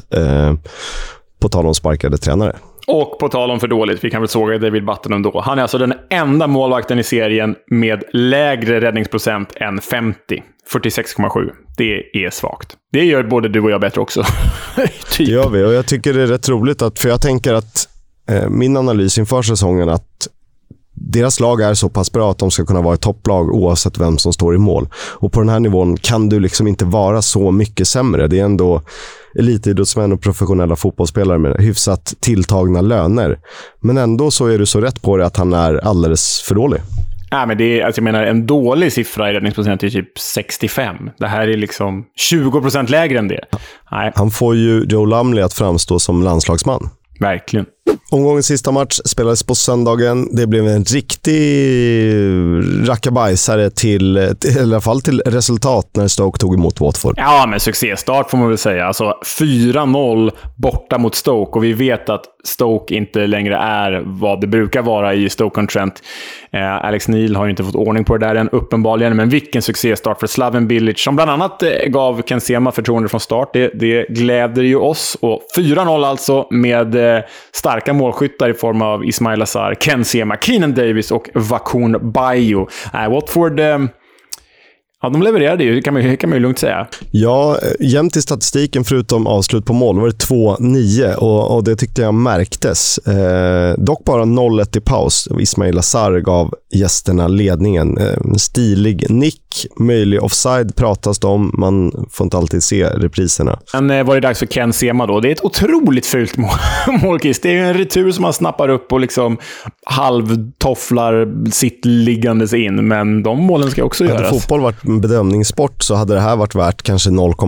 På tal om sparkade tränare. Och på tal om för dåligt, vi kan väl såga David Button ändå. Han är alltså den enda målvakten i serien med lägre räddningsprocent än 50. 46,7. Det är svagt. Det gör både du och jag bättre också. Typ. Det gör vi, och jag tycker det är rätt roligt för jag tänker att min analys inför säsongen att deras lag är så pass bra att de ska kunna vara ett topplag oavsett vem som står i mål. Och på den här nivån kan du liksom inte vara så mycket sämre. Det är ändå elitidrottsmän och professionella fotbollsspelare med hyfsat tilltagna löner. Men ändå så är du så rätt på det att han är alldeles för dålig. Ja, men det är, alltså jag menar, en dålig siffra i räddningsprocent är typ 65. Det här är liksom 20% lägre än det. Nej. Han får ju Joe Lumley att framstå som landslagsman. Verkligen. Omgångens sista match spelades på söndagen. Det blev en riktig rackabajsare i alla fall till resultat när Stoke tog emot Watford. Ja, men succéstart får man väl säga. Alltså 4-0 borta mot Stoke, och vi vet att Stoke inte längre är vad det brukar vara i Stoke-on-Trent. Alex Neil har ju inte fått ordning på det där än uppenbarligen, men vilken succéstart för Slaven Bilic som bland annat gav Ken Sema förtroende från start. Det gläder ju oss. Och 4-0 alltså med starka målskyttar i form av Ismail Azar, Ken Sema, Keenan Davis och Vakun Bayo. Watford... Ja, de levererade ju, det kan man ju lugnt säga. Ja, jämnt i statistiken förutom avslut på mål var det 2-9 och det tyckte jag märktes. Dock bara 0-1 i paus. Ismail Azar gav gästerna ledningen. Stilig nick, möjlig offside pratas det om. Man får inte alltid se repriserna. Men var det dags för Ken Sema då? Det är ett otroligt fult målkist. Det är ju en retur som man snappar upp och liksom halvtofflar sitt liggandes in. Men de målen ska också göras. Hade fotboll varit en bedömningssport så hade det här varit värt kanske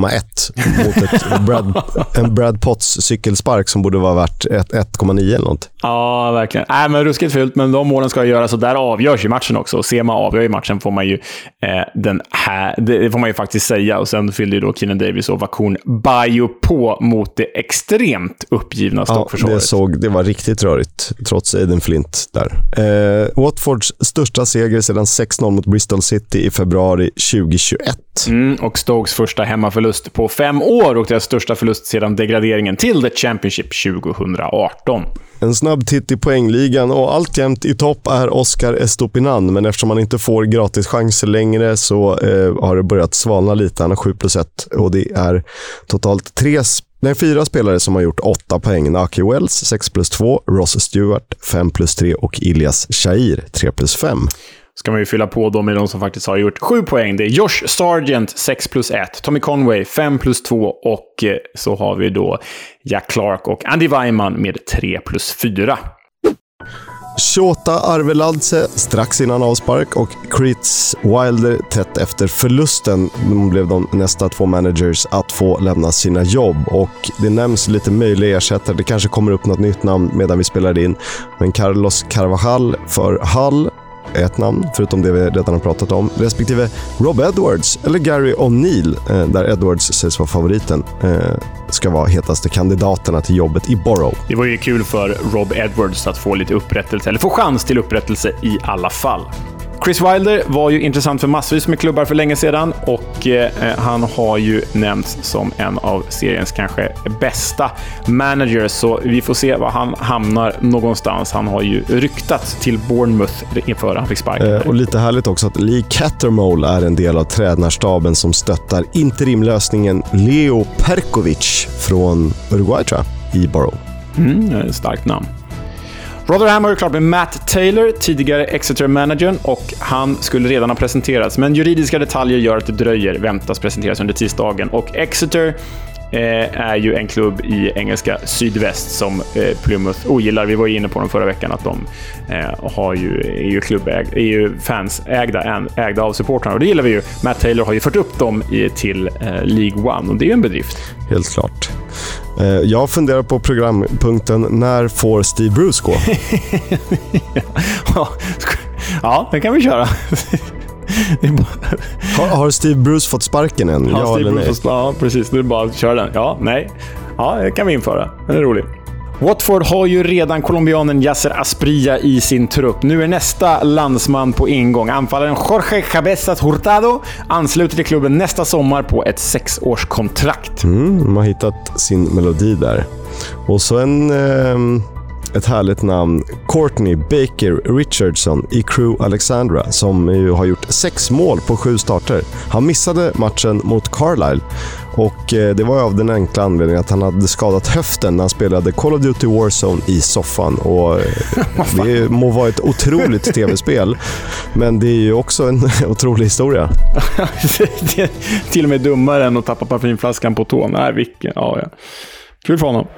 0,1 mot en Brad Potts cykelspark som borde vara värt 1,9 eller något. Ja, verkligen. Men ruskigt fult, men de målen ska göras och där avgörs i matchen också. Ser man avgör i matchen får man ju det får man ju faktiskt säga, och sen fyllde ju då Keenan Davis och Vakun Bayo på mot det extremt uppgivna Stoke-försvaret. Ja, det var riktigt rörigt trots Aiden Flint där. Watfords största seger sedan 6-0 mot Bristol City i februari 2021. Och Stokes första hemmaförlust på 5 år och deras största förlust sedan degraderingen till The Championship 2018. En snabb titt i poängligan och alltjämt i topp är Oscar Estopinan, men eftersom man inte får gratis chanser längre så har det börjat svalna lite. Han har 7+1 och det är totalt 4 spelare som har gjort 8 poäng. Naki Wells 6+2, Ross Stewart 5+3 och Ilias Shair 3+5. Ska man ju fylla på dem med de som faktiskt har gjort 7 poäng. Det är Josh Sargent 6+1, Tommy Conway 5+2 och så har vi då Jack Clark och Andy Weimann med 3+4. Shota Arveladze strax innan avspark och Chris Wilder tätt efter förlusten. De blev de nästa 2 managers att få lämna sina jobb och det nämns lite möjliga ersättare. Det kanske kommer upp något nytt namn medan vi spelar in. Men Carlos Carvajal för Hull, ett namn, förutom det vi redan har pratat om, respektive Rob Edwards eller Gary O'Neill, där Edwards sägs vara favoriten, ska vara hetaste kandidaterna till jobbet i Borough. Det var ju kul för Rob Edwards att få lite upprättelse, eller få chans till upprättelse i alla fall. Chris Wilder var ju intressant för massvis med klubbar för länge sedan och han har ju nämnts som en av seriens kanske bästa managers, så vi får se var han hamnar någonstans. Han har ju ryktats till Bournemouth inför han fick sparken. Och lite härligt också att Lee Cattermole är en del av tränarstaben som stöttar interimlösningen Leo Perkovic från Uruguay, tror jag, i Borough. Starkt namn. Rotherham har ju klart med Matt Taylor, tidigare Exeter-managern, och han skulle redan ha presenterats. Men juridiska detaljer gör att det dröjer, väntas presenteras under tisdagen. Och Exeter är ju en klubb i engelska sydväst som Plymouth ogillar. Vi var inne på dem förra veckan att de är ju fans ägda av supportrarna, och det gillar vi ju. Matt Taylor har ju fört upp dem till League One, och det är ju en bedrift. Helt klart. Jag funderar på programpunkten när får Steve Bruce gå? Ja, det kan vi köra. Har Steve Bruce fått sparken än? Ja, Steve Bruce ja, precis. Nu är det bara att köra den. Ja, nej. Ja, det kan vi införa. Den är rolig. Watford har ju redan colombianen Yasser Asprilla i sin trupp. Nu är nästa landsman på ingång. Anfallaren Jorge Cabezas Hurtado ansluter till klubben nästa sommar på ett 6-årskontrakt. De har hittat sin melodi där. Och så ett härligt namn, Courtney Baker Richardson i Crew Alexandra, som ju har gjort 6 mål på 7 starter. Han missade matchen mot Carlisle och det var av den enkla anledningen att han hade skadat höften när han spelade Call of Duty Warzone i soffan. Och det må vara ett otroligt tv-spel, men det är ju också en otrolig historia. Det är till och med dummare än att tappa parfymflaskan på tån. Nej, vilken. Ja. Kul för honom.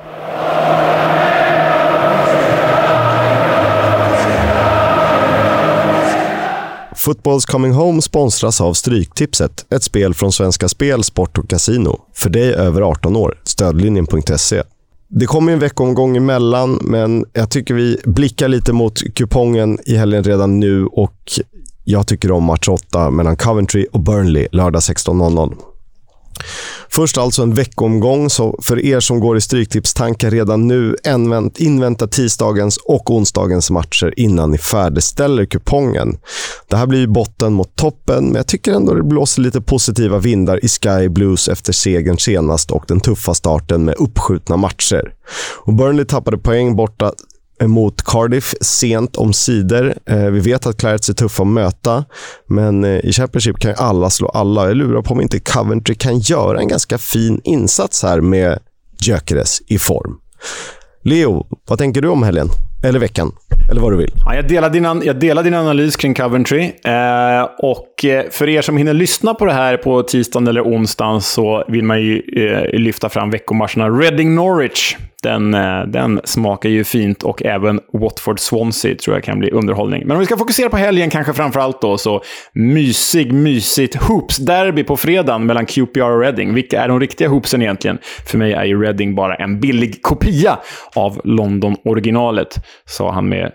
Football's Coming Home sponsras av Stryktipset, ett spel från Svenska Spel, Sport och Casino. För dig över 18 år, stödlinjen.se. Det kommer en veckomgång emellan, men jag tycker vi blickar lite mot kupongen i helgen redan nu och jag tycker om match 8 mellan Coventry och Burnley lördag 16:00. Först alltså en veckomgång, så för er som går i Stryktipstankar redan nu, invänta tisdagens och onsdagens matcher innan ni färdigställer kupongen. Det här blir ju botten mot toppen, men jag tycker ändå det blåser lite positiva vindar i Sky Blues efter segern senast och den tuffa starten med uppskjutna matcher. Och Burnley tappade poäng borta mot Cardiff sent om sidor. Vi vet att Clarets är tuffa att möta, men i Championship kan ju alla slå alla. Jag lurar på om inte Coventry kan göra en ganska fin insats här med Gyökeres i form. Leo, vad tänker du om helgen? Eller veckan? Eller vad du vill. Ja, jag delar din analys kring Coventry. Och för er som hinner lyssna på det här på tisdagen eller onsdagen så vill man ju lyfta fram veckomatcherna Reading-Norwich. Den smakar ju fint, och även Watford-Swansea tror jag kan bli underhållning. Men om vi ska fokusera på helgen kanske framförallt då, så mysigt hoops-derby på fredagen mellan QPR och Reading. Vilka är de riktiga hoopsen egentligen? För mig är ju Reading bara en billig kopia av London-originalet, sa han med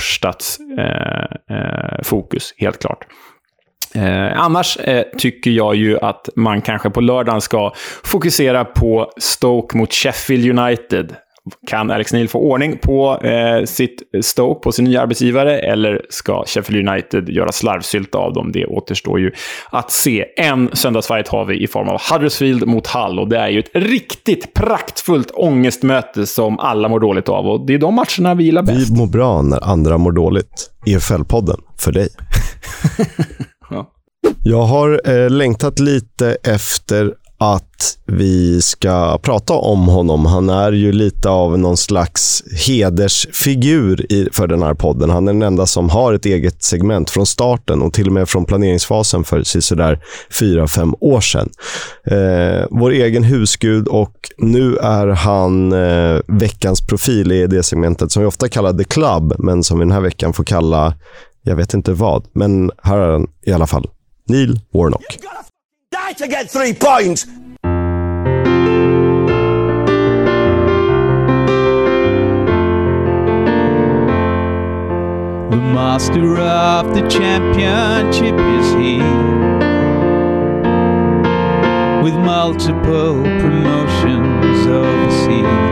storstadsfokus, helt klart. Annars tycker jag ju att man kanske på lördagen ska fokusera på Stoke mot Sheffield United. Kan Alex Neil få ordning på sitt Stoke, på sin nya arbetsgivare, eller ska Sheffield United göra slarvsylt av dem? Det återstår ju att se. En söndagsfight har vi i form av Huddersfield mot Hull, och det är ju ett riktigt praktfullt ångestmöte som alla mår dåligt av, och det är de matcherna vi gillar bäst. Vi mår bra när andra mår dåligt. EFL-podden för dig. Ja. Jag har längtat lite efter att vi ska prata om honom. Han är ju lite av någon slags hedersfigur för den här podden. Han är den enda som har ett eget segment från starten och till och med från planeringsfasen för sådär 4-5 år sedan. Vår egen husgud, och nu är han veckans profil i det segmentet som vi ofta kallar The Club, men som vi den här veckan får kalla jag vet inte vad, men här är han i alla fall. Neil Warnock. Die to get 3 points. The master of the championship is here, with multiple promotions overseas.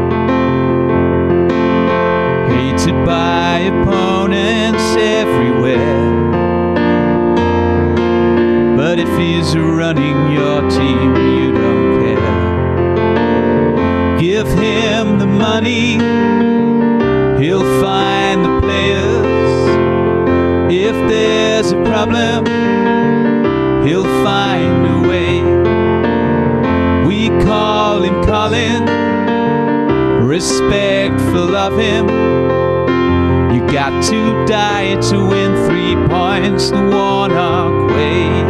Hated by opponents everywhere, but if he's running your team, you don't care. Give him the money, he'll find the players. If there's a problem, he'll find a way. We call him Colin, respectful of him. You got to die to win 3 points the Warnock way.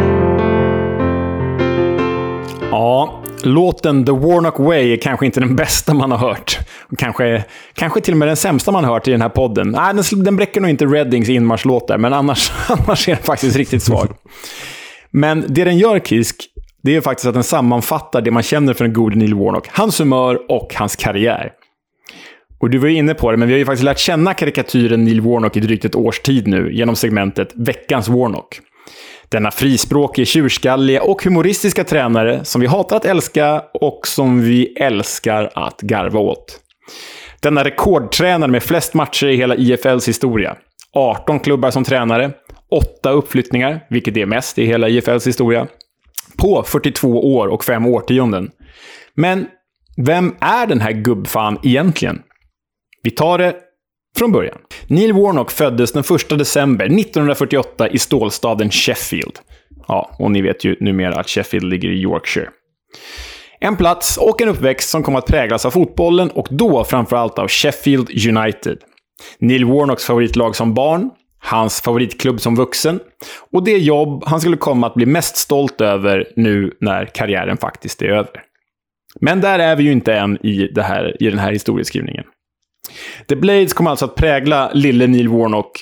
Ja, låten The Warnock Way är kanske inte den bästa man har hört. Kanske till och med den sämsta man har hört i den här podden. Nej, den bräcker nog inte Readings inmarschlåtar, men annars är den faktiskt riktigt svag. Men det den gör, Kisk, det är faktiskt att den sammanfattar det man känner för en god Neil Warnock. Hans humör och hans karriär. Och du var ju inne på det, men vi har ju faktiskt lärt känna karikatyren Neil Warnock i drygt ett års tid nu genom segmentet Veckans Warnock. Denna frispråkige, tjurskalliga och humoristiska tränare som vi hatar att älska och som vi älskar att garva åt. Denna rekordtränare med flest matcher i hela IFLs historia. 18 klubbar som tränare, 8 uppflyttningar, vilket är mest i hela IFLs historia, på 42 år och 5 årtionden. Men vem är den här gubbfan egentligen? Vi tar det från början. Neil Warnock föddes den 1 december 1948 i stålstaden Sheffield. Ja, och ni vet ju numera att Sheffield ligger i Yorkshire. En plats och en uppväxt som kom att präglas av fotbollen och då framförallt av Sheffield United. Neil Warnocks favoritlag som barn, hans favoritklubb som vuxen och det jobb han skulle komma att bli mest stolt över nu när karriären faktiskt är över. Men där är vi ju inte än i den här historieskrivningen. The Blades kom alltså att prägla lille Neil Warnock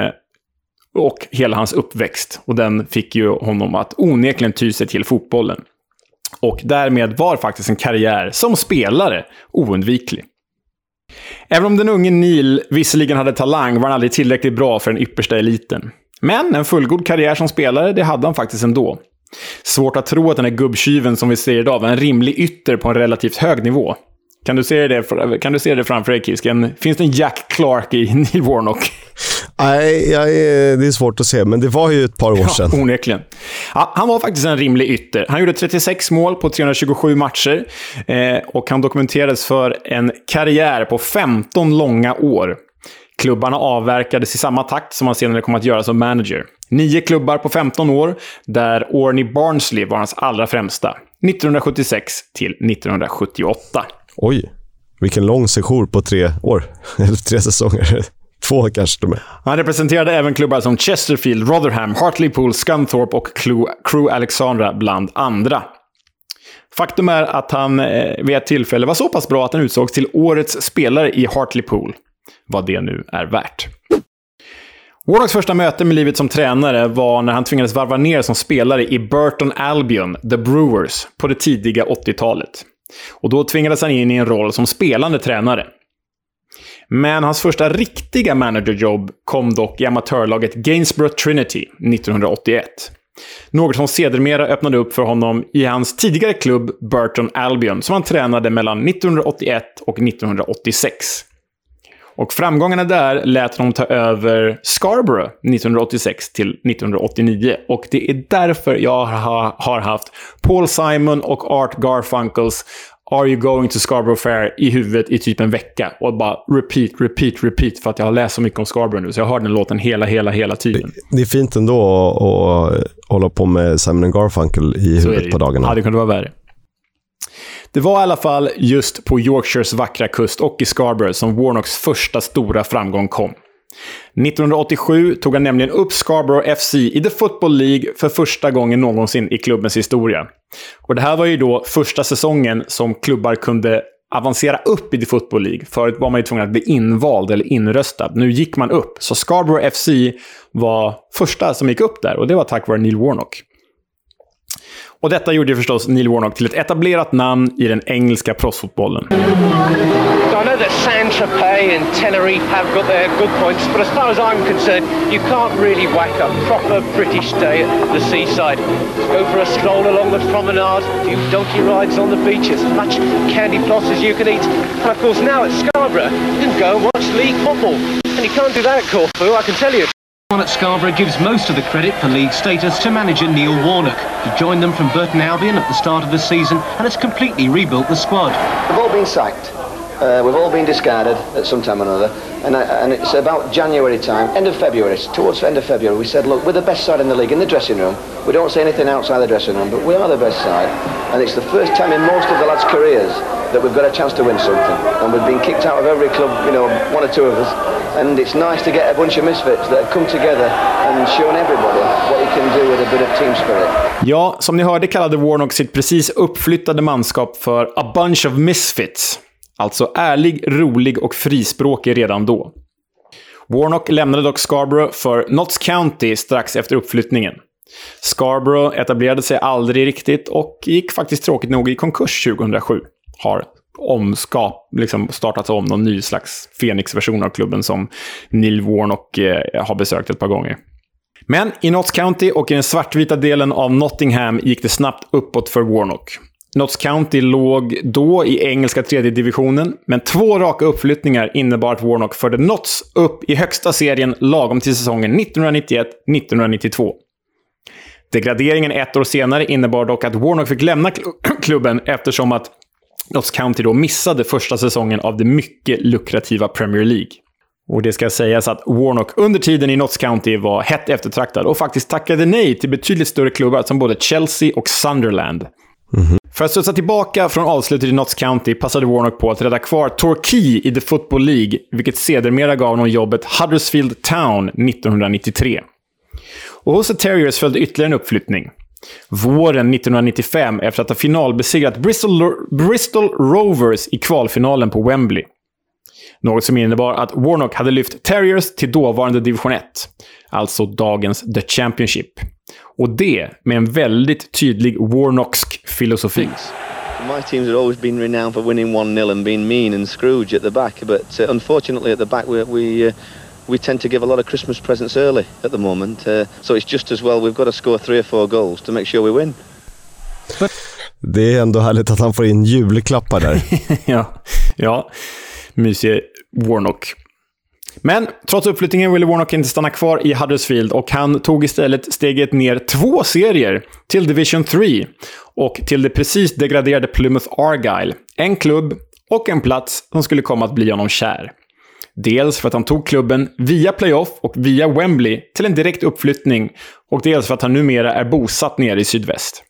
och hela hans uppväxt. Och den fick ju honom att onekligen ty sig till fotbollen. Och därmed var faktiskt en karriär som spelare oundviklig. Även om den unge Neil visserligen hade talang var han aldrig tillräckligt bra för den yppersta eliten. Men en fullgod karriär som spelare, det hade han faktiskt ändå. Svårt att tro att den här gubbtjuven som vi ser idag var en rimlig ytter på en relativt hög nivå. Kan du se det framför dig, Kisken? Finns det en Jack Clark i Neil Warnock? Nej, det är svårt att se, men det var ju ett par år sedan. Ja, onekligen. Ja, han var faktiskt en rimlig ytter. Han gjorde 36 mål på 327 matcher och han dokumenterades för en karriär på 15 långa år. Klubbarna avverkades i samma takt som han senare kom att göra som manager. 9 klubbar på 15 år, där Orny Barnsley var hans allra främsta. 1976 till 1978. Oj, vilken lång sejour på 3 år. Eller 3 säsonger. 2 kanske de är. Han representerade även klubbar som Chesterfield, Rotherham, Hartlepool, Scunthorpe och Crewe Alexandra bland andra. Faktum är att han vid ett tillfälle var så pass bra att han utsågs till årets spelare i Hartlepool. Vad det nu är värt. Warnocks första möte med livet som tränare var när han tvingades varva ner som spelare i Burton Albion, The Brewers, på det tidiga 80-talet. Och då tvingades han in i en roll som spelande tränare. Men hans första riktiga managerjobb kom dock i amatörlaget Gainsborough Trinity 1981. Något som sedermera öppnade upp för honom i hans tidigare klubb Burton Albion som han tränade mellan 1981 och 1986. Och framgångarna där lät honom ta över Scarborough 1986 till 1989. Och det är därför jag har haft Paul Simon och Art Garfunkels Are You Going to Scarborough Fair i huvudet i typ en vecka. Och bara repeat för att jag har läst så mycket om Scarborough nu. Så jag hör den låten hela tiden. Det är fint ändå att hålla på med Simon Garfunkel i huvudet på dagarna. Ja, det kunde vara värre. Det var i alla fall just på Yorkshires vackra kust och i Scarborough som Warnocks första stora framgång kom. 1987 tog han nämligen upp Scarborough FC i The Football League för första gången någonsin i klubbens historia. Och det här var ju då första säsongen som klubbar kunde avancera upp i The Football League. Förut var man ju tvungen att bli invald eller inröstad. Nu gick man upp, så Scarborough FC var första som gick upp där och det var tack vare Neil Warnock. Och detta gjorde ju förstås Neil Warnock till ett etablerat namn i den engelska proffsfotbollen. I know that Saint-Tropez and Tenerife have got their good points, but as far as I'm concerned, you can't really whack a proper British day at the seaside. Go for a stroll along the promenade, a few donkey rides on the beaches, as much candy floss as you can eat. And of course now at Scarborough, you can go and watch league football. And you can't do that at Corfu, I can tell you. At Scarborough gives most of the credit for league status to manager Neil Warnock. He joined them from Burton Albion at the start of the season and has completely rebuilt the squad. We've all been sacked. We've all been discarded at some time or another. And it's about January time, end of February, towards the end of February, we said, look, we're the best side in the league in the dressing room. We don't say anything outside the dressing room, but we are the best side. And it's the first time in most of the lads' careers that we've got a chance to win something. And we've been kicked out of every club, you know, 1 or 2 of us. And it's nice to get a bunch of misfits that have come together and shown everybody what you can do with a bit of team spirit. Ja, som ni hörde kallade Warnock sitt precis uppflyttade manskap för a bunch of misfits. Alltså ärlig, rolig och frispråkig redan då. Warnock lämnade dock Scarborough för Notts County strax efter uppflyttningen. Scarborough etablerade sig aldrig riktigt och gick faktiskt tråkigt nog i konkurs 2007. Har startats om någon ny slags Phoenix-version av klubben som Neil Warnock har besökt ett par gånger. Men i Notts County och i den svartvita delen av Nottingham gick det snabbt uppåt för Warnock. Notts County låg då i engelska 3:e divisionen, men 2 raka uppflyttningar innebar att Warnock förde Notts upp i högsta serien lagom till säsongen 1991-1992. Degraderingen 1 år senare innebar dock att Warnock fick lämna klubben eftersom att Notts County då missade första säsongen av det mycket lukrativa Premier League. Och det ska sägas att Warnock under tiden i Notts County var hett eftertraktad och faktiskt tackade nej till betydligt större klubbar som både Chelsea och Sunderland. För att studsa tillbaka från avslutet i Notts County passade Warnock på att rädda kvar Torquay i The Football League, vilket sedermera gav honom jobbet Huddersfield Town 1993. Och hos The Terriers följde ytterligare en uppflyttning. Våren 1995 efter att ha finalbesegrat Bristol Rovers i kvalfinalen på Wembley. Något som innebar att Warnock hade lyft Terriers till dåvarande division 1, alltså dagens The Championship. Och det med en väldigt tydlig Warnocksk filosofi. My teams have always been renowned for winning 1-0 and being mean and Scrooge at the back, but unfortunately at the back we tend to give a lot of Christmas presents early at the moment, so it's just as well we've got to score 3 or 4 goals to make sure we win. Det är ändå härligt att han får in julklappar där. ja, mysig Warnock. Men trots uppflyttningen ville Warnock inte stanna kvar i Huddersfield och han tog istället steget ner 2 serier till Division 3 och till det precis degraderade Plymouth Argyle. En klubb och en plats som skulle komma att bli honom kär. Dels för att han tog klubben via playoff och via Wembley till en direkt uppflyttning och dels för att han numera är bosatt nere i sydväst.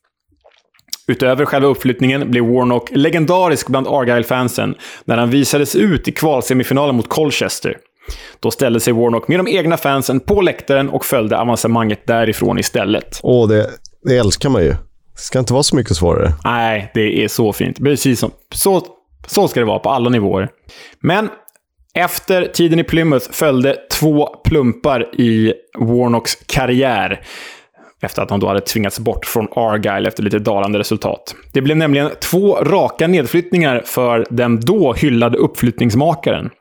Utöver själva uppflyttningen blev Warnock legendarisk bland Argyle-fansen när han visades ut i kvalsemifinalen mot Colchester. Då ställde sig Warnock med de egna fansen på läktaren och följde avancemanget därifrån istället. Det älskar man ju. Det ska inte vara så mycket svårare. Nej, det är så fint. Precis som, så ska det vara på alla nivåer. Men efter tiden i Plymouth följde 2 plumpar i Warnocks karriär. Efter att han då hade tvingats bort från Argyle efter lite dalande resultat. Det blev nämligen 2 raka nedflyttningar för den då hyllade uppflyttningsmakaren.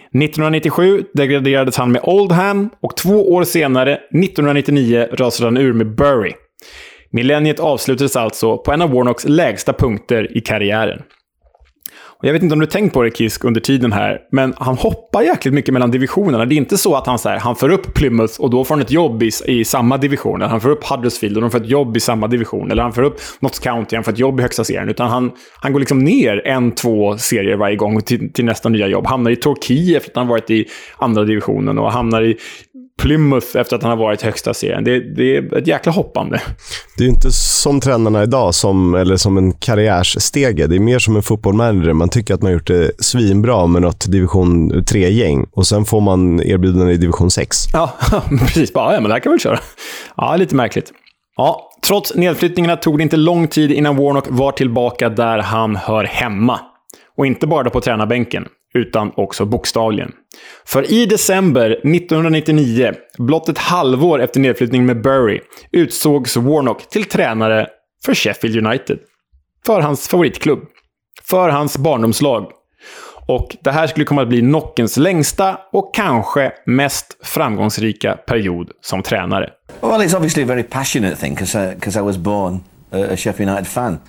1997 degraderades han med Oldham och 2 år senare, 1999, rasade han ur med Bury. Millenniet avslutades alltså på en av Warnocks lägsta punkter i karriären. Och jag vet inte om du tänkt på det, Kisk, under tiden här, men han hoppar jäkligt mycket mellan divisionerna. Det är inte så att han får upp Plymouth och då får han ett jobb i samma division. Eller han får upp Huddersfield och de får ett jobb i samma division. Eller han får upp Notts County och han får ett jobb i högsta serien. Utan han går liksom ner 1-2 serier varje gång till nästa nya jobb. Hamnar i Torquay efter att han varit i andra divisionen och hamnar i Plymouth efter att han har varit i högsta serien. Det är ett jäkla hoppande. Det är inte som tränarna idag som en karriärsstege. Det är mer som en fotbollmanager. Man tycker att man gjort det svinbra med något division 3-gäng och sen får man erbjudanden i division 6. Ja, precis. Ja, men det här kan väl köra. Ja, lite märkligt. Ja, trots nedflyttningarna tog det inte lång tid innan Warnock var tillbaka där han hör hemma. Och inte bara på tränarbänken, utan också bokstavligen. För i december 1999, blott ett halvår efter nedflyttning med Bury, utsågs Warnock till tränare för Sheffield United. För hans favoritklubb. För hans barndomslag. Och det här skulle komma att bli Nockens längsta och kanske mest framgångsrika period som tränare. Well, it's obviously a very passionate thing because I was born a Sheffield United fan.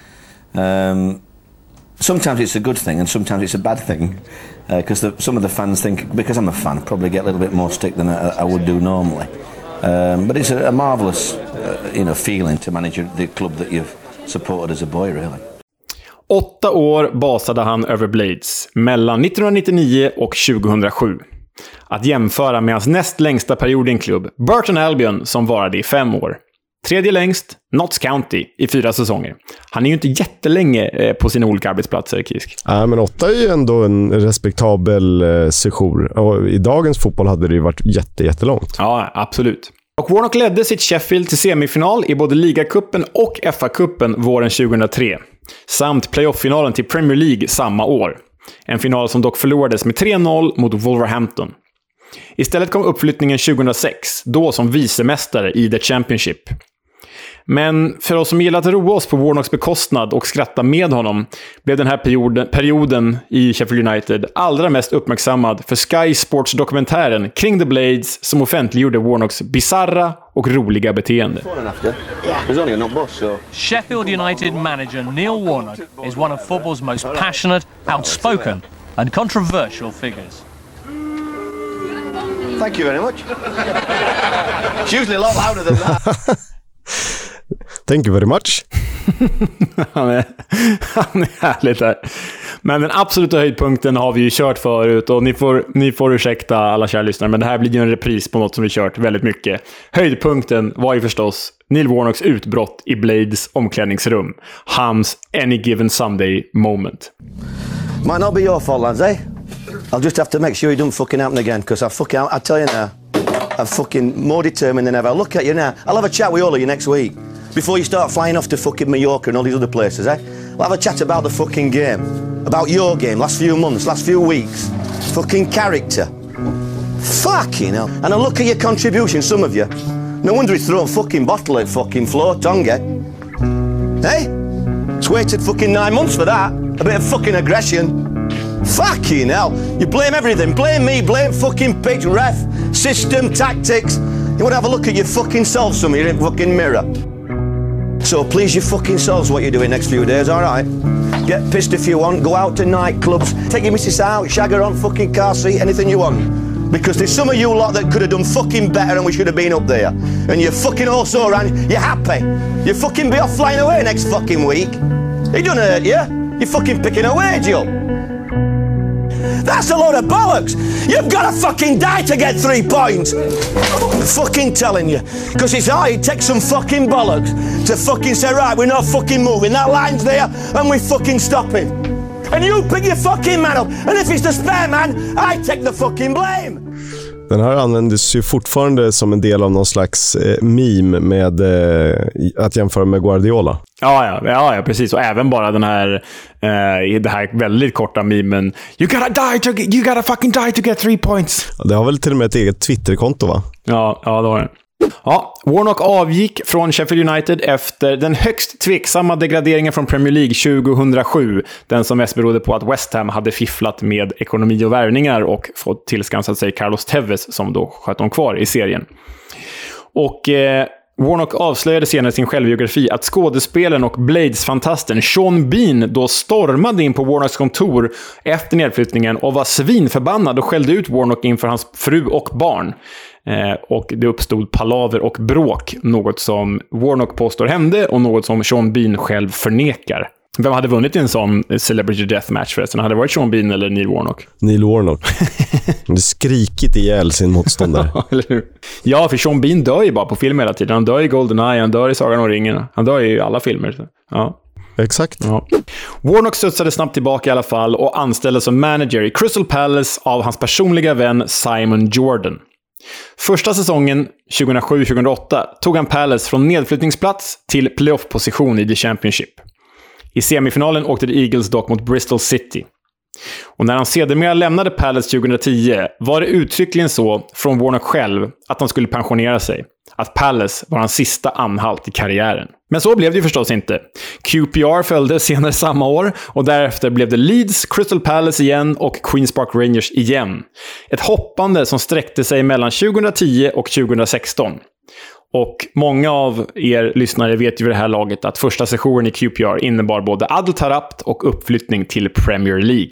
Sometimes it's a good thing and sometimes it's a bad thing because some of the fans think, because I'm a fan, probably get a little bit more stick than I would do normally. But it's a marvellous feeling to manage the club that you've supported as a boy, really. 8 år basade han över Blades mellan 1999 och 2007. Att jämföra med hans näst längsta period i en klubb, Burton Albion, som varade i 5 år. Tredje längst, Notts County, i 4 säsonger. Han är ju inte jättelänge på sina olika arbetsplatser, Kisk. Nej, men 8 är ju ändå en respektabel sejour. Och i dagens fotboll hade det ju varit jättelångt. Ja, absolut. Och Warnock ledde sitt Sheffield till semifinal i både Ligacupen och FA-cupen våren 2003. Samt playoff-finalen till Premier League samma år. En final som dock förlorades med 3-0 mot Wolverhampton. Istället kom uppflyttningen 2006, då som vicemästare i The Championship. Men för oss som gillar att roa oss på Warnocks bekostnad och skratta med honom blev den här perioden i Sheffield United allra mest uppmärksammad för Sky Sports-dokumentären kring The Blades som offentliggjorde Warnocks bizarra och roliga beteende. Sheffield United manager Neil Warnock is one of football's most passionate, outspoken and controversial figures. Thank you very much. It's usually a lot louder than that. Thank you very much. Han är härligt där. Men den absoluta höjdpunkten har vi ju kört förut och ni får ursäkta alla kära lyssnare, men det här blir ju en repris på något som vi kört väldigt mycket. Höjdpunkten var ju förstås Neil Warnocks utbrott i Blades omklädningsrum. Hans Any Given Sunday moment. Might not be your fault, lads, eh? I'll just have to make sure it don't fucking happen again, because I tell you now, I'm fucking more determined than ever. I'll look at you now. I'll have a chat with all of you next week. Before you start flying off to fucking Mallorca and all these other places, eh? We'll have a chat about the fucking game. About your game, last few months, last few weeks. Fucking character. Fucking hell. And I'll look at your contribution, some of you. No wonder he's thrown fucking bottle at fucking floor, Tonga. Hey? It's waited fucking 9 months for that. A bit of fucking aggression. Fucking hell. You blame everything. Blame me, blame fucking pitch, ref, system, tactics. You want to have a look at your fucking self, some of you, in the fucking mirror. So please your fucking selves what you're doing next few days, alright? Get pissed if you want, go out to nightclubs, take your missus out, shag her on fucking car seat, anything you want. Because there's some of you lot that could have done fucking better and we should have been up there. And you're fucking also around, you're happy. You fucking be off flying away next fucking week. It don't hurt you. You're fucking picking a wage up. That's a load of bollocks. You've got to fucking die to get 3 points. I'm fucking telling you. Because it's hard, it takes some fucking bollocks to fucking say, right, we're not fucking moving. That line's there and we fucking stop it. And you pick your fucking man up. And if it's the spare man, I take the fucking blame. Den här användes ju fortfarande som en del av någon slags meme med att jämföra med Guardiola. Ja, precis. Och även bara den här det här väldigt korta memen. You gotta fucking die to get 3 points. Det har väl till och med ett eget Twitterkonto, va? Ja, det har det. Ja, Warnock avgick från Sheffield United efter den högst tveksamma degraderingen från Premier League 2007. Den som mest berodde på att West Ham hade fifflat med ekonomi och värvningar och fått tillskansat sig Carlos Tevez som då sköt dem kvar i serien. Och Warnock avslöjade senare sin självbiografi att skådespelaren och Blades-fantasten Sean Bean då stormade in på Warnocks kontor efter nedflyttningen och var svinförbannad och skällde ut Warnock inför hans fru och barn. Och det uppstod palaver och bråk, något som Warnock påstår hände och något som Sean Bean själv förnekar. Vem hade vunnit i en sån Celebrity Deathmatch förresten? Hade det varit Sean Bean eller Neil Warnock? Neil Warnock. Han hade skrikit ihjäl sin motståndare. Ja, för Sean Bean dör ju bara på film hela tiden. Han dör i GoldenEye, han dör i Sagan om ringen. Han dör i alla filmer. Ja. Exakt. Ja. Warnock studsade snabbt tillbaka i alla fall och anställdes som manager i Crystal Palace av hans personliga vän Simon Jordan. Första säsongen 2007-2008 tog han Palace från nedflyttningsplats till playoff-position i The Championship. I semifinalen åkte The Eagles dock mot Bristol City. Och när han sedermera lämnade Palace 2010 var det uttryckligen så från Warnock själv att han skulle pensionera sig. Att Palace var hans sista anhalt i karriären. Men så blev det ju förstås inte. QPR följde senare samma år och därefter blev det Leeds, Crystal Palace igen och Queens Park Rangers igen. Ett hoppande som sträckte sig mellan 2010 och 2016. Och många av er lyssnare vet ju vid det här laget att första sessionen i QPR innebar både Adel Tarabt och uppflyttning till Premier League.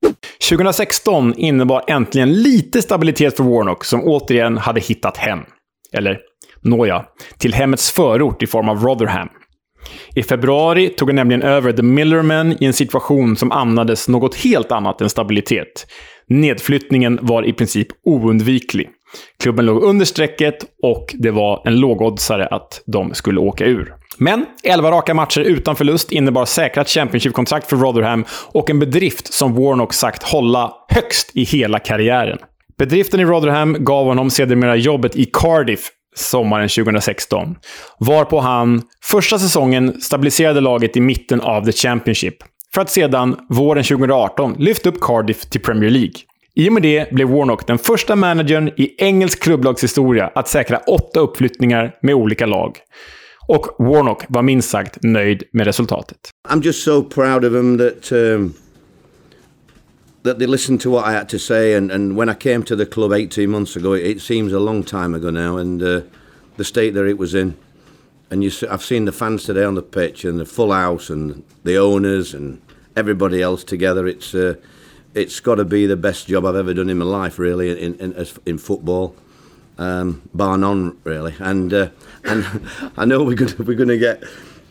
2016 innebar äntligen lite stabilitet för Warnock som återigen hade hittat hem. Eller, till hemmets förort i form av Rotherham. I februari tog han nämligen över The Millermen i en situation som andades något helt annat än stabilitet. Nedflyttningen var i princip oundviklig. Klubben låg under strecket och det var en lågoddsare att de skulle åka ur. Men 11 raka matcher utan förlust innebar säkrat Championship-kontrakt för Rotherham och en bedrift som Warnock sagt hålla högst i hela karriären. Bedriften i Rotherham gav honom sedermera jobbet i Cardiff sommaren 2016. Varpå han första säsongen stabiliserade laget i mitten av The Championship. För att sedan våren 2018 lyfta upp Cardiff till Premier League. I och med det blev Warnock den första managern i engelsk klubblagshistoria att säkra 8 uppflyttningar med olika lag. Och Warnock var minst sagt nöjd med resultatet. I'm just so proud of them that they listened to what I had to say, and when I came to the club 18 months ago, it seems a long time ago now, and the state that it was in. And I've seen the fans today on the pitch, and the full house, and the owners, and everybody else together. It's got to be the best job I've ever done in my life, really, in football, bar none, really. And I know we're going to get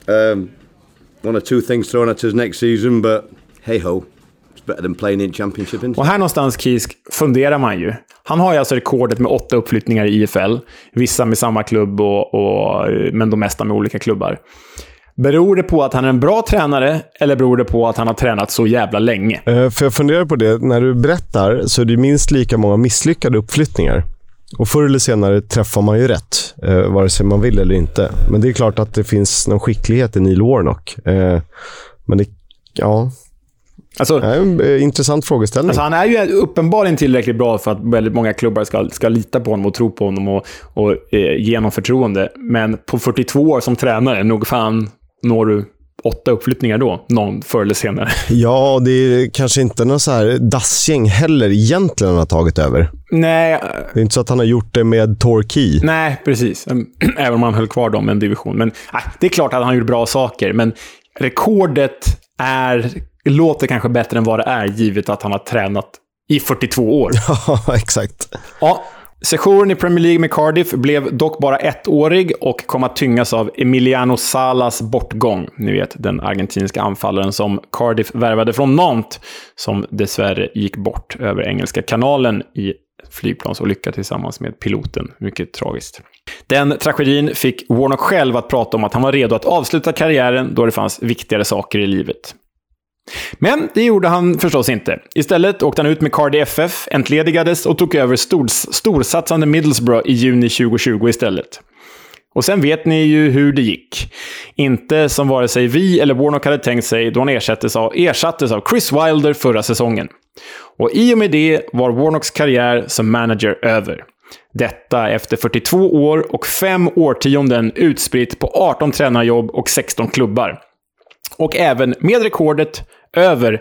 one or two things thrown at us next season, but hey ho. Better than playing in championship. Och här någonstans, Kisk, funderar man ju. Han har ju alltså rekordet med 8 uppflyttningar i IFL. Vissa med samma klubb, men de mesta med olika klubbar. Beror det på att han är en bra tränare, eller beror det på att han har tränat så jävla länge? För jag funderar på det, när du berättar så är det minst lika många misslyckade uppflyttningar. Och förr eller senare träffar man ju rätt, vare sig man vill eller inte. Men det är klart att det finns någon skicklighet i Neil Warnock. Men det, ja... Alltså, en intressant frågeställning. Alltså han är ju uppenbarligen tillräckligt bra för att väldigt många klubbar ska lita på honom och tro på honom och ge honom förtroende. Men på 42 år som tränare, nog fan når du 8 uppflyttningar då, någon förr eller senare. Ja, det är kanske inte någon så här dassgäng heller egentligen han har tagit över. Nej. Det är inte så att han har gjort det med Torquay. Nej, precis. Även om han höll kvar dem en division. Men det är klart att han gjort bra saker, men rekordet låter kanske bättre än vad det är, givet att han har tränat i 42 år. Ja, exakt. Ja, sessionen i Premier League med Cardiff blev dock bara 1-årig och kom att tyngas av Emiliano Salas bortgång. Ni vet, den argentinska anfallaren som Cardiff värvade från Nantes, som dessvärre gick bort över Engelska kanalen i flygplansolycka tillsammans med piloten. Mycket tragiskt. Den tragedin fick Warnock själv att prata om att han var redo att avsluta karriären då det fanns viktigare saker i livet. Men det gjorde han förstås inte. Istället åkte han ut med Cardiff FF, entledigades och tog över storsatsande Middlesbrough i juni 2020 istället. Och sen vet ni ju hur det gick. Inte som vare sig vi eller Warnock hade tänkt sig då han ersattes av Chris Wilder förra säsongen. Och i och med det var Warnocks karriär som manager över. Detta efter 42 år och 5 årtionden utspritt på 18 tränarjobb och 16 klubbar. Och även med rekordet över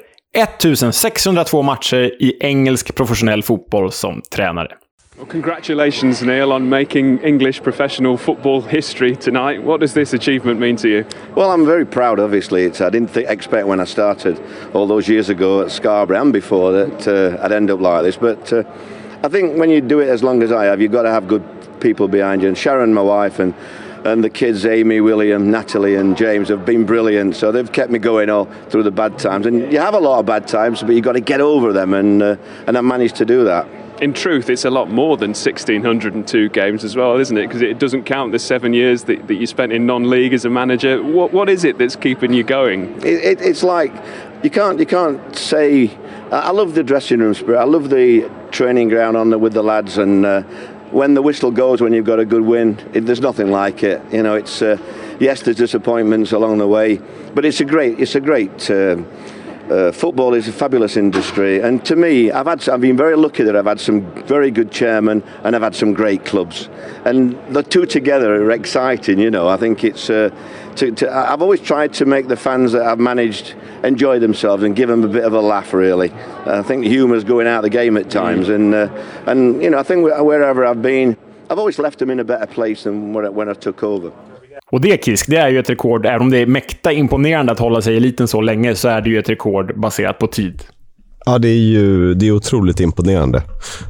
1602 matcher i engelsk professionell fotboll som tränare. Well, congratulations, Neil, on making English professional football history tonight. What does this achievement mean to you? Well, I'm very proud, obviously. I didn't expect when I started all those years ago at Scarborough and before that I'd end up like this. But I think when you do it as long as I have, you've got to have good people behind you. And Sharon, my wife, and the kids, Amy, William, Natalie and James, have been brilliant. So they've kept me going all through the bad times. And you have a lot of bad times, but you've got to get over them. And I managed to do that. In truth, it's a lot more than 1,602 games as well, isn't it? Because it doesn't count the 7 years that you spent in non-league as a manager. What is it that's keeping you going? It's like you can't say. I love the dressing room spirit. I love the training ground with the lads, and when the whistle goes when you've got a good win, there's nothing like it. You know, it's yes, there's disappointments along the way, but it's a great. Football is a fabulous industry, and to me, I've been very lucky that I've had some very good chairmen and I've had some great clubs, and the two together are exciting. You know, I think it's. I've always tried to make the fans that I've managed enjoy themselves and give them a bit of a laugh. Really, I think humour's going out of the game at times, and you know, I think wherever I've been, I've always left them in a better place than when I took over. Och det, Kisk, det är ju ett rekord. Även om det är mäkta imponerande att hålla sig i eliten så länge, så är det ju ett rekord baserat på tid. Ja, det är otroligt imponerande.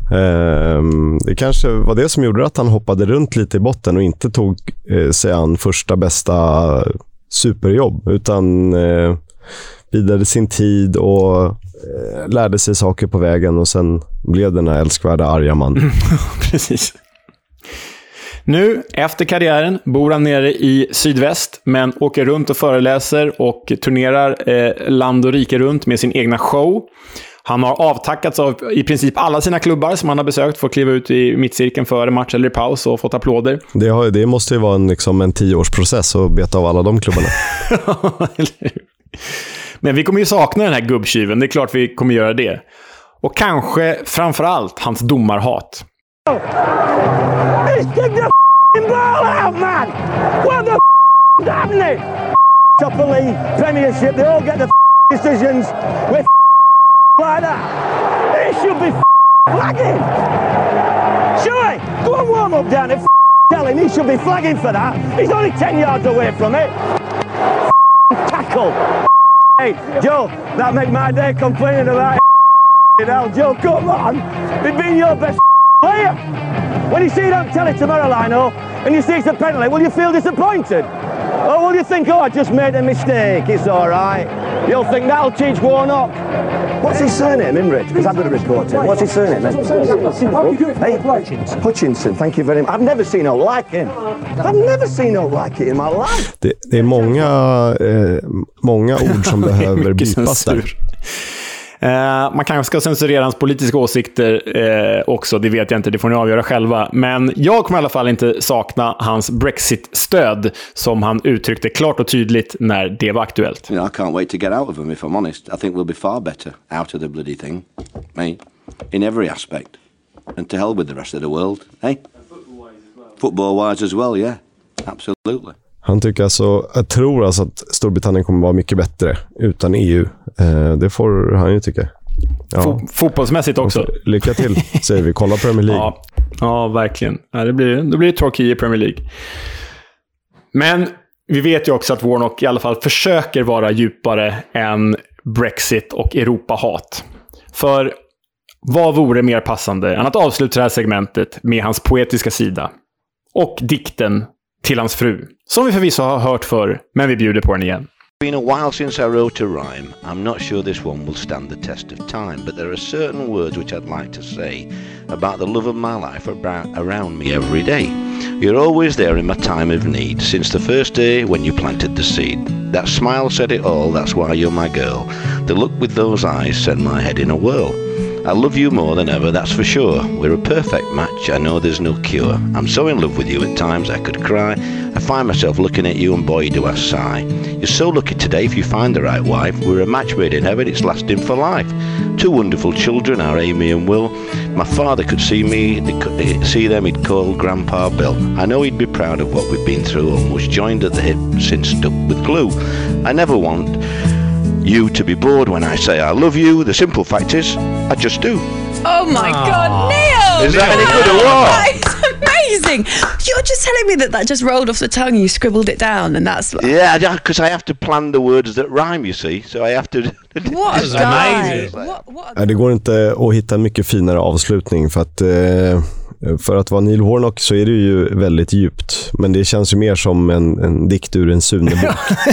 Det kanske var det som gjorde att han hoppade runt lite i botten och inte tog sig an första bästa superjobb, utan vidare sin tid och lärde sig saker på vägen, och sen blev den här älskvärda arga man. Precis. Nu, efter karriären, bor han nere i sydväst, men åker runt och föreläser och turnerar land och rike runt med sin egna show. Han har avtackats av i princip alla sina klubbar som han har besökt för att kliva ut i mittcirkeln före match eller i paus och fått applåder. Det måste ju vara en 10-årsprocess att beta av alla de klubbarna. Men vi kommer ju sakna den här gubbtjuven, det är klart vi kommer göra det. Och kanske framförallt hans domarhat. Stick the ball out, man! What the haven't they? Upper League, Premiership, they all get the decisions with like that. He should be flagging. Sure, go and warm up down and tell him he should be flagging for that. He's only 10 yards away from it. Tackle. Hey, Joe, that make my day complaining about it. Now, Joe, come on. He's been your best player. When you see it on telly tomorrow, Lino, and you see it's a penalty, will you feel disappointed? Or will you think, oh, I just made a mistake, it's all right? You'll think that'll teach Warnock. What's his surname, Imrich? Because I've got to report him. What's his surname, then? Hey, Hutchinson, thank you very much. I've never seen no like him. I've never seen no like it in my life. Det är många ord som behöver bytas där. Man kanske ska censurera hans politiska åsikter också, det vet jag inte, det får ni avgöra själva. Men jag kommer i alla fall inte sakna hans Brexit-stöd som han uttryckte klart och tydligt när det var aktuellt. You know, I can't wait to get out of him, if I'm honest. I think we'll be far better out of the bloody thing. Hey, in every aspect. And to hell with the rest of the world. Hey? Football-wise as well, yeah. Absolutely. Han tycker alltså, jag tror alltså att Storbritannien kommer vara mycket bättre utan EU. Det får han ju tycka. Ja. Fotbollsmässigt också. Lycka till, säger vi. Kolla Premier League. Ja, verkligen. Ja, då blir det Torquay i Premier League. Men vi vet ju också att Warnock i alla fall försöker vara djupare än Brexit och Europahat. För vad vore mer passande än att avsluta det här segmentet med hans poetiska sida och dikten till hans fru, som vi förvisso har hört förr, men vi bjuder på den igen. It's been a while since I wrote a rhyme. I'm not sure this one will stand the test of time, but there are certain words which I'd like to say about the love of my life around me every day. You're always there in my time of need, since the first day when you planted the seed. That smile said it all, that's why you're my girl. The look with those eyes sent my head in a whirl. I love you more than ever, that's for sure. We're a perfect match, I know there's no cure. I'm so in love with you at times I could cry. I find myself looking at you and boy do I sigh. You're so lucky today if you find the right wife. We're a match made in heaven, it's lasting for life. Two wonderful children, our Amy and Will. My father could see them, he'd call Grandpa Bill. I know he'd be proud of what we've been through and was joined at the hip since stuck with glue. I never want you to be bored when I say I love you. The simple fact is, I just do. Oh my God, Neil! Is that any good or what? That's amazing. You're just telling me that just rolled off the tongue. You scribbled it down, and that's yeah. Because I have to plan the words that rhyme. You see, so I have to. What a guy! Det går inte att hitta en mycket finare avslutning för att vara Neil Warnock så är det ju väldigt djupt, men det känns ju mer som en dikt ur en Sune-bok.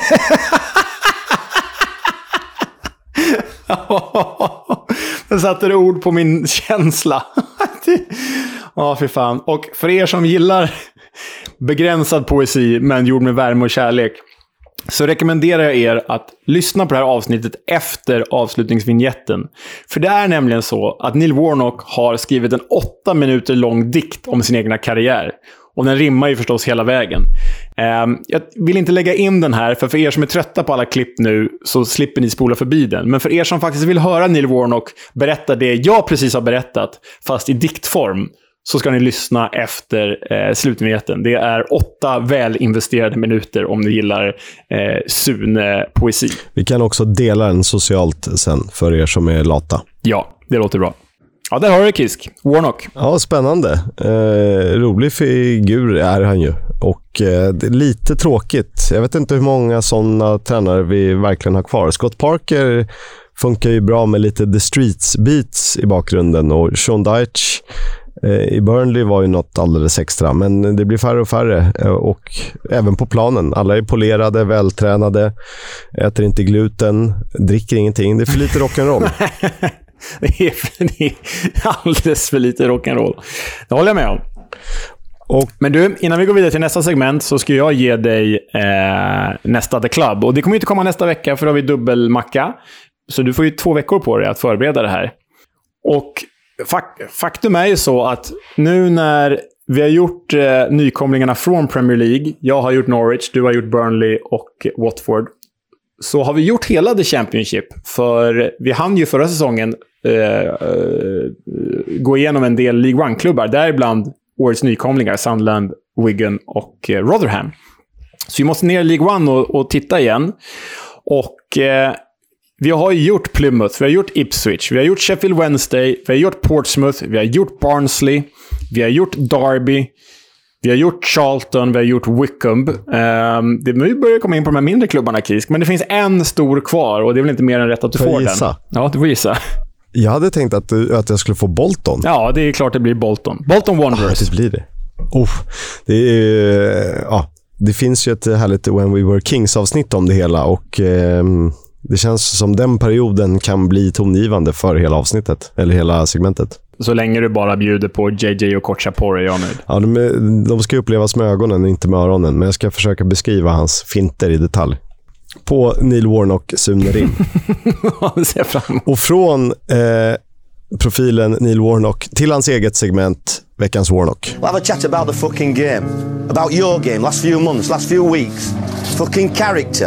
Jag satte ord på min känsla. Ja, för fan. Och för er som gillar begränsad poesi men gjord med värme och kärlek, så rekommenderar jag er att lyssna på det här avsnittet efter avslutningsvinjetten. För det är nämligen så att Neil Warnock har skrivit en 8 minuter lång dikt om sin egna karriär. Och den rimmar ju förstås hela vägen. Jag vill inte lägga in den här, för er som är trötta på alla klipp nu så slipper ni spola förbi den. Men för er som faktiskt vill höra Neil Warnock berätta det jag precis har berättat, fast i diktform, så ska ni lyssna efter slutvinjetten. Det är 8 välinvesterade minuter om ni gillar Sune-poesi. Vi kan också dela den socialt sen för er som är lata. Ja, det låter bra. Ja, där har du Kisk. Warnock. Ja, spännande. Rolig figur är han ju. Och det är lite tråkigt. Jag vet inte hur många sådana tränare vi verkligen har kvar. Scott Parker funkar ju bra med lite The Streets beats i bakgrunden. Och Sean Dyche i Burnley var ju något alldeles extra. Men det blir färre och färre. Och även på planen. Alla är polerade, vältränade. Äter inte gluten. Dricker ingenting. Det är för lite rock'n'roll. Det är alldeles för lite rock'n'roll. Det håller jag med om. Men du, innan vi går vidare till nästa segment så ska jag ge dig nästa The Club. Och det kommer inte komma nästa vecka för då har vi dubbelmacka. Så du får ju 2 veckor på dig att förbereda det här. Och faktum är ju så att nu när vi har gjort nykomlingarna från Premier League, jag har gjort Norwich, du har gjort Burnley och Watford, så har vi gjort hela The Championship. För vi hann ju förra säsongen gå igenom en del League One-klubbar, däribland årets nykomlingar, Sunderland, Wigan och Rotherham. Så vi måste ner i League One och titta igen. Och vi har gjort Plymouth, vi har gjort Ipswich, vi har gjort Sheffield Wednesday, vi har gjort Portsmouth, vi har gjort Barnsley, vi har gjort Derby, vi har gjort Charlton, vi har gjort Wycombe. Det börjar komma in på de här mindre klubbarna, Kisk. Men det finns en stor kvar och det är väl inte mer än rätt att du får den. Ja, du får gissa. Jag hade tänkt att jag skulle få Bolton. Ja, det är klart det blir Bolton. Bolton Wanderers. Det blir det. Det är det finns ju ett härligt When We Were Kings-avsnitt om det hela och det känns som den perioden kan bli tongivande för hela avsnittet, eller hela segmentet. Så länge du bara bjuder på JJ och Kochapor är jag nöjd. Ja, de ska upplevas med ögonen, inte med öronen. Men jag ska försöka beskriva hans finter i detalj. På Neil Warnock Sunerim. Ser fram. Och från profilen Neil Warnock till hans eget segment Veckans Warnock. We'll have a chat about the fucking game. About your game, last few months, last few weeks. Fucking character.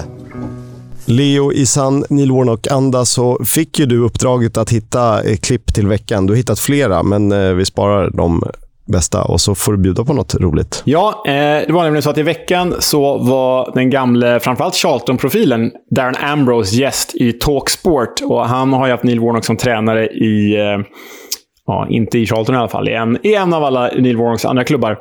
Leo, i sann Neil Warnock-anda så fick ju du uppdraget att hitta klipp till veckan. Du har hittat flera, men vi sparar de bästa och så får du bjuda på något roligt. Ja, det var nämligen så att i veckan så var den gamla, framförallt Charlton-profilen, Darren Ambrose gäst i Talksport och han har ju haft Neil Warnock som tränare i, inte i Charlton i alla fall, i en av alla Neil Warnocks andra klubbar.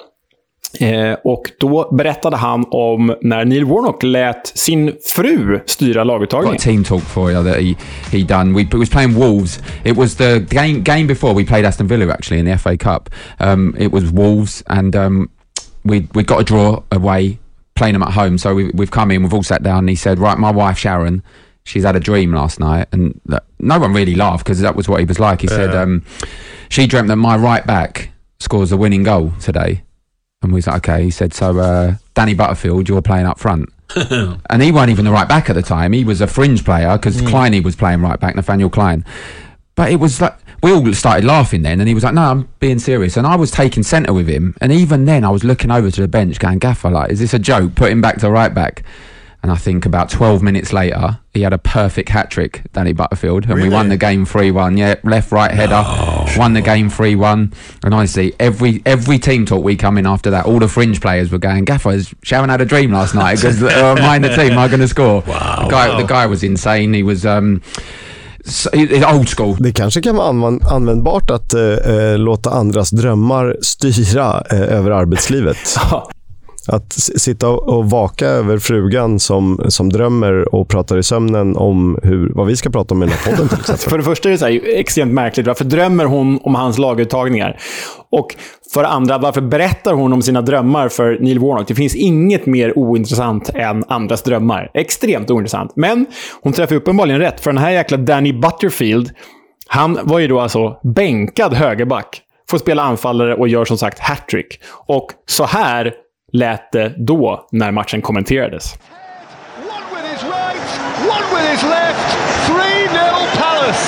Och då berättade han om när Neil Warnock lät sin fru styra laguttagningen. Got a team talk for you that he done. We was playing Wolves. It was the game before we played Aston Villa actually in the FA Cup. It was Wolves and we got a draw away playing them at home. So we've come in, we've all sat down and he said, right, my wife Sharon, she's had a dream last night, and no one really laughed because that was what he was like. He said she dreamt that my right back scores the winning goal today. And we was like, okay. He said, so Danny Butterfield, you're playing up front. And he weren't even the right back at the time. He was a fringe player because Kleiny was playing right back, Nathaniel Klein. But it was like, we all started laughing then, and he was like, no, I'm being serious. And I was taking centre with him. And even then I was looking over to the bench going, Gaffer, like, is this a joke? Put him back to right back. And I think about 12 minutes later, he had a perfect hat-trick, Danny Butterfield. And we won the game 3-1. Yeah, left, right header. Won the game 3-1. And honestly, every team talk we come in after that, all the fringe players were going, Gaffer, has Sharon had a dream last night? Because mind the team, am I going to score? The guy was insane. He was... old school. Det kanske kan vara användbart att låta andras drömmar styra över arbetslivet. Att sitta och vaka över frugan som drömmer och pratar i sömnen om vad vi ska prata om i den här podden till exempel. För det första är det så här extremt märkligt. Varför drömmer hon om hans laguttagningar? Och för det andra, varför berättar hon om sina drömmar för Neil Warnock? Det finns inget mer ointressant än andras drömmar. Extremt ointressant. Men hon träffar uppenbarligen rätt. För den här jäkla Danny Butterfield, han var ju då alltså bänkad högerback. Får spela anfallare och gör som sagt hattrick. Och så här lät det då när matchen kommenterades. One with his right, one with his left, 3-0 Palace.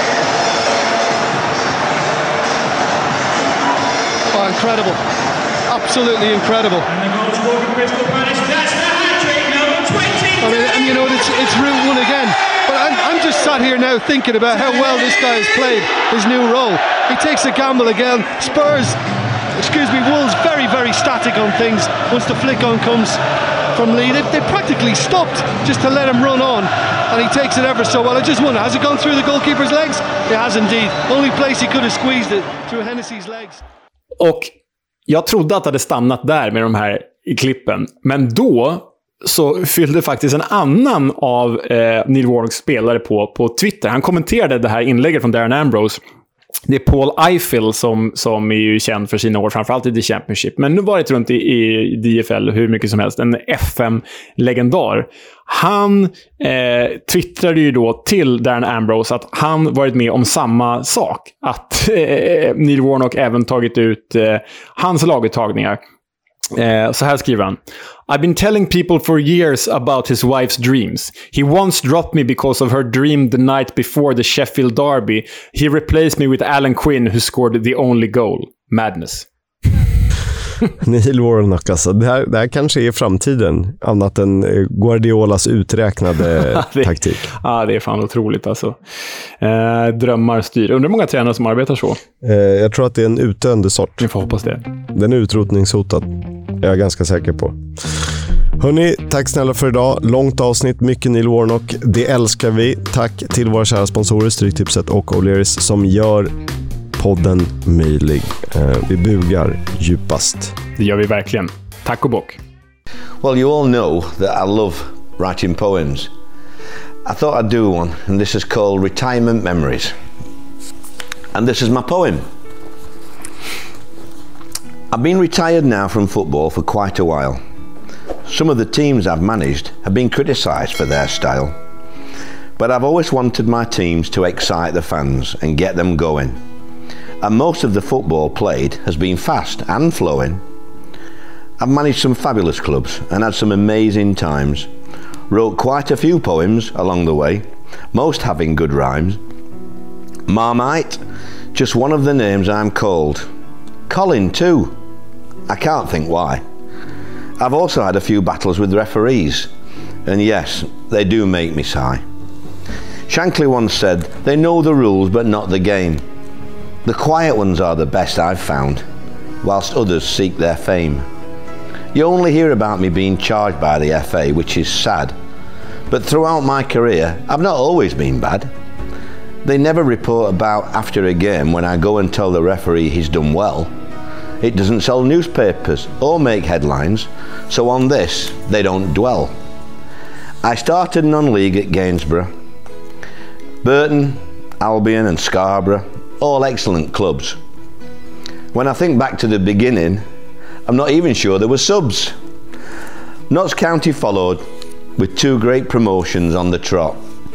Oh, incredible. Absolutely incredible. And the goal scored for Crystal Palace, that's the hat-trick, number 20. I mean, and you know, it's Route 1 again. But I'm just sat here now thinking about how well this guy has played his new role. He takes a gamble again. Wolves very, very static on things. Once the flick on comes from Lee, they practically stopped just to let him run on, and he takes it ever so well. I just wonder, has it gone through the goalkeeper's legs? It has indeed. Only place he could have squeezed it, through Hennessy's legs. Och jag trodde att det hade stannat där med de här i klippen, men då så fyllde faktiskt en annan av Neil Warnocks spelare på Twitter. Han kommenterade det här inlägget från Darren Ambrose. Det är Paul Eiffel som är ju känd för sina år, framförallt i The Championship. Men nu varit runt i DFL hur mycket som helst. En FM-legendar. Han twittrade ju då till Darren Ambrose att han varit med om samma sak. Att Neil Warnock även tagit ut hans laguttagningar. Så här skriver han. I've been telling people for years about his wife's dreams. He once dropped me because of her dream the night before the Sheffield Derby. He replaced me with Alan Quinn who scored the only goal. Madness. Neil Warnock alltså. Det här kanske är framtiden annat än Guardiolas uträknade taktik. Ja, det är fan otroligt alltså. Drömmar styr. Undrar många tränare som arbetar så. Jag tror att det är en utdöende sort. Vi får hoppas det. Den är utrotningshotad. Jag är ganska säker på. Hörrni, tack snälla för idag. Långt avsnitt, mycket Neil Warnock. Det älskar vi. Tack till våra kära sponsorer Stryktipset och O'Learys som gör podden möjlig. Vi bugar djupast. Det gör vi verkligen. Tack och bock. Well, you all know that I love writing poems. I thought I'd do one, and this is called Retirement Memories. And this is my poem. I've been retired now from football for quite a while. Some of the teams I've managed have been criticised for their style. But I've always wanted my teams to excite the fans and get them going. And most of the football played has been fast and flowing. I've managed some fabulous clubs and had some amazing times. Wrote quite a few poems along the way, most having good rhymes. Marmite, just one of the names I'm called. Colin too. I can't think why. I've also had a few battles with referees, and yes, they do make me sigh. Shankly once said, they know the rules but not the game. The quiet ones are the best I've found, whilst others seek their fame. You only hear about me being charged by the FA, which is sad, but throughout my career, I've not always been bad. They never report about after a game when I go and tell the referee he's done well. It doesn't sell newspapers or make headlines, so on this they don't dwell. I started non-league at Gainsborough. Burton, Albion and Scarborough, all excellent clubs. When I think back to the beginning, I'm not even sure there were subs. Notts County followed with 2 great promotions on the trot.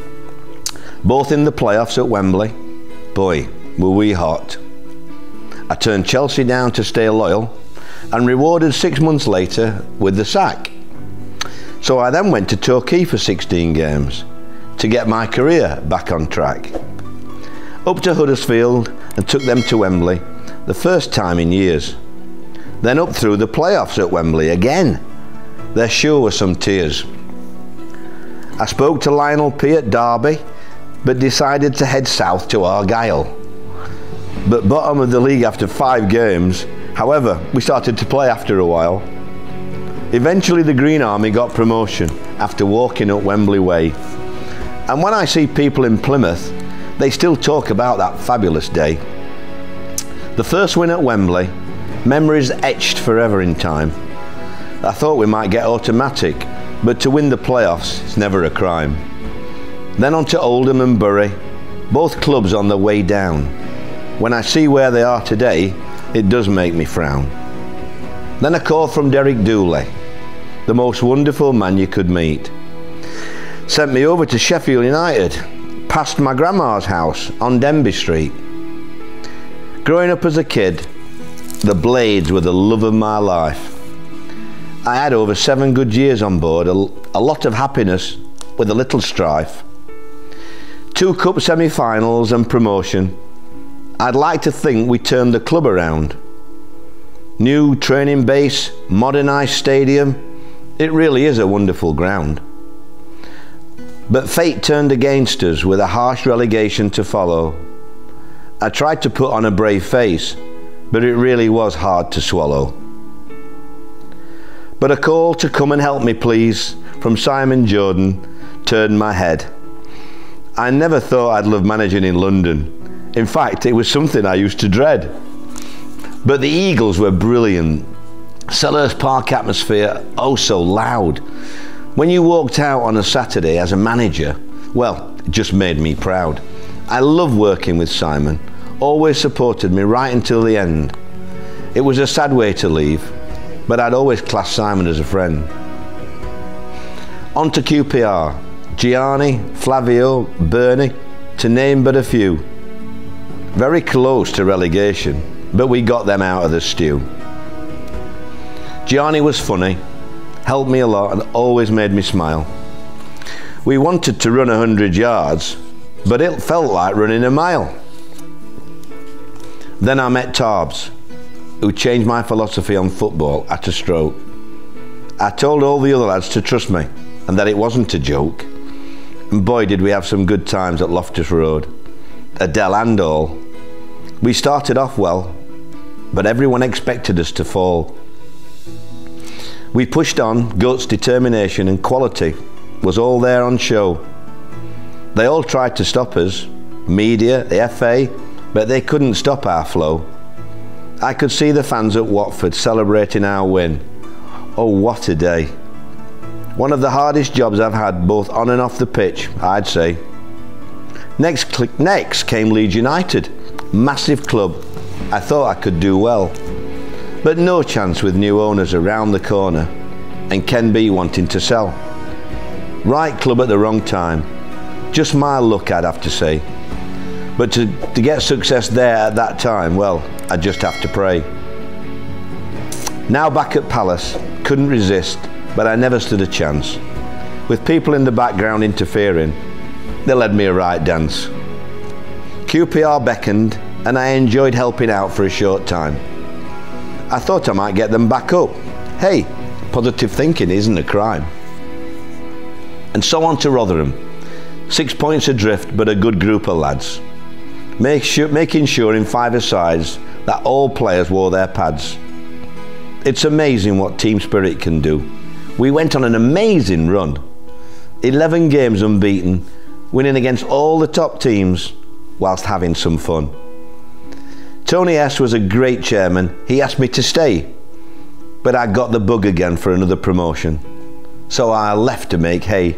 Both in the playoffs at Wembley. Boy, were we hot. I turned Chelsea down to stay loyal and rewarded 6 months later with the sack. So I then went to Torquay for 16 games to get my career back on track. Up to Huddersfield and took them to Wembley, the first time in years. Then up through the playoffs at Wembley again. There sure were some tears. I spoke to Lionel P at Derby, but decided to head south to Argyle. But bottom of the league after 5 games. However, we started to play after a while. Eventually the Green Army got promotion after walking up Wembley Way. And when I see people in Plymouth, they still talk about that fabulous day. The first win at Wembley, memories etched forever in time. I thought we might get automatic, but to win the playoffs is never a crime. Then on to Oldham and Bury, both clubs on their way down. When I see where they are today, it does make me frown. Then a call from Derek Dooley, the most wonderful man you could meet. Sent me over to Sheffield United, past my grandma's house on Denby Street. Growing up as a kid, the Blades were the love of my life. I had over 7 good years on board, a lot of happiness with a little strife. 2 cup semi-finals and promotion. I'd like to think we turned the club around. New training base, modernised stadium, it really is a wonderful ground. But fate turned against us with a harsh relegation to follow. I tried to put on a brave face, but it really was hard to swallow. But a call to come and help me please from Simon Jordan turned my head. I never thought I'd love managing in London. In fact, it was something I used to dread. But the Eagles were brilliant. Selhurst Park atmosphere, oh so loud. When you walked out on a Saturday as a manager, well, it just made me proud. I love working with Simon, always supported me right until the end. It was a sad way to leave, but I'd always classed Simon as a friend. On to QPR, Gianni, Flavio, Bernie, to name but a few. Very close to relegation, but we got them out of the stew. Gianni was funny, helped me a lot and always made me smile. We wanted to run 100 yards, but it felt like running a mile. Then I met Tarbs, who changed my philosophy on football at a stroke. I told all the other lads to trust me and that it wasn't a joke. And boy did we have some good times at Loftus Road, Adele and all. We started off well, but everyone expected us to fall. We pushed on, guts, determination and quality was all there on show. They all tried to stop us, media, the FA, but they couldn't stop our flow. I could see the fans at Watford celebrating our win. Oh, what a day. One of the hardest jobs I've had both on and off the pitch, I'd say. Next came Leeds United, massive club. I thought I could do well, but no chance with new owners around the corner and Ken B wanting to sell. Right club at the wrong time. Just my luck, I'd have to say. But to get success there at that time, well, I just have to pray. Now back at Palace, couldn't resist, but I never stood a chance. With people in the background interfering, they led me a right dance. QPR beckoned, and I enjoyed helping out for a short time. I thought I might get them back up. Hey, positive thinking isn't a crime. And so on to Rotherham. 6 points adrift, but a good group of lads. Making sure in 5-a-sides that all players wore their pads. It's amazing what team spirit can do. We went on an amazing run. 11 games unbeaten, winning against all the top teams whilst having some fun. Tony S was a great chairman. He asked me to stay, but I got the bug again for another promotion. So I left to make hay.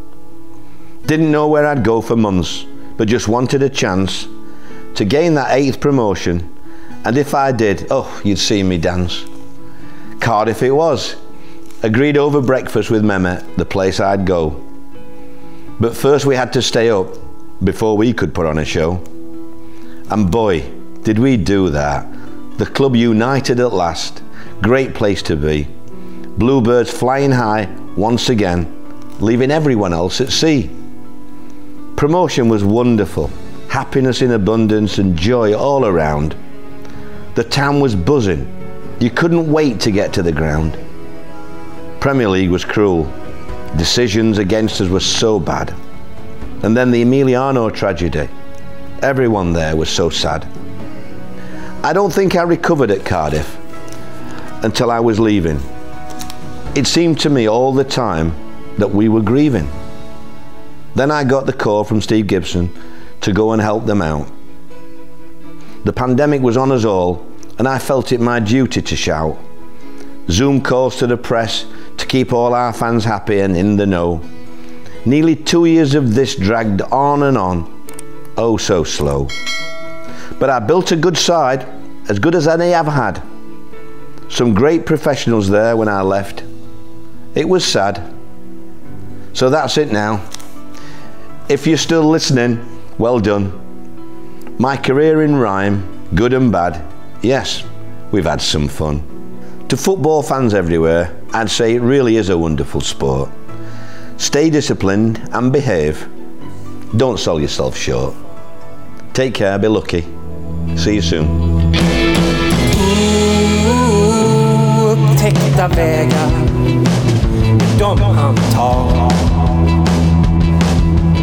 Didn't know where I'd go for months, but just wanted a chance to gain that 8th promotion, and if I did, oh, you'd see me dance. Cardiff it was. Agreed over breakfast with Mehmet, the place I'd go. But first we had to stay up before we could put on a show. And boy, did we do that. The club united at last. Great place to be. Bluebirds flying high once again, leaving everyone else at sea. Promotion was wonderful. Happiness in abundance and joy all around. The town was buzzing. You couldn't wait to get to the ground. Premier League was cruel. Decisions against us were so bad. And then the Emiliano tragedy. Everyone there was so sad. I don't think I recovered at Cardiff until I was leaving. It seemed to me all the time that we were grieving. Then I got the call from Steve Gibson to go and help them out. The pandemic was on us all, and I felt it my duty to shout. Zoom calls to the press to keep all our fans happy and in the know. Nearly 2 years of this dragged on and on, oh so slow. But I built a good side, as good as any I've had. Some great professionals there when I left. It was sad. So that's it now. If you're still listening, well done. My career in rhyme, good and bad, yes, we've had some fun. To football fans everywhere, I'd say it really is a wonderful sport. Stay disciplined and behave. Don't sell yourself short. Take care, be lucky. See you soon. Upptäckta vägar, de han tar.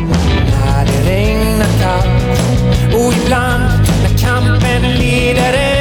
När det regnar kallt och ibland när kampen leder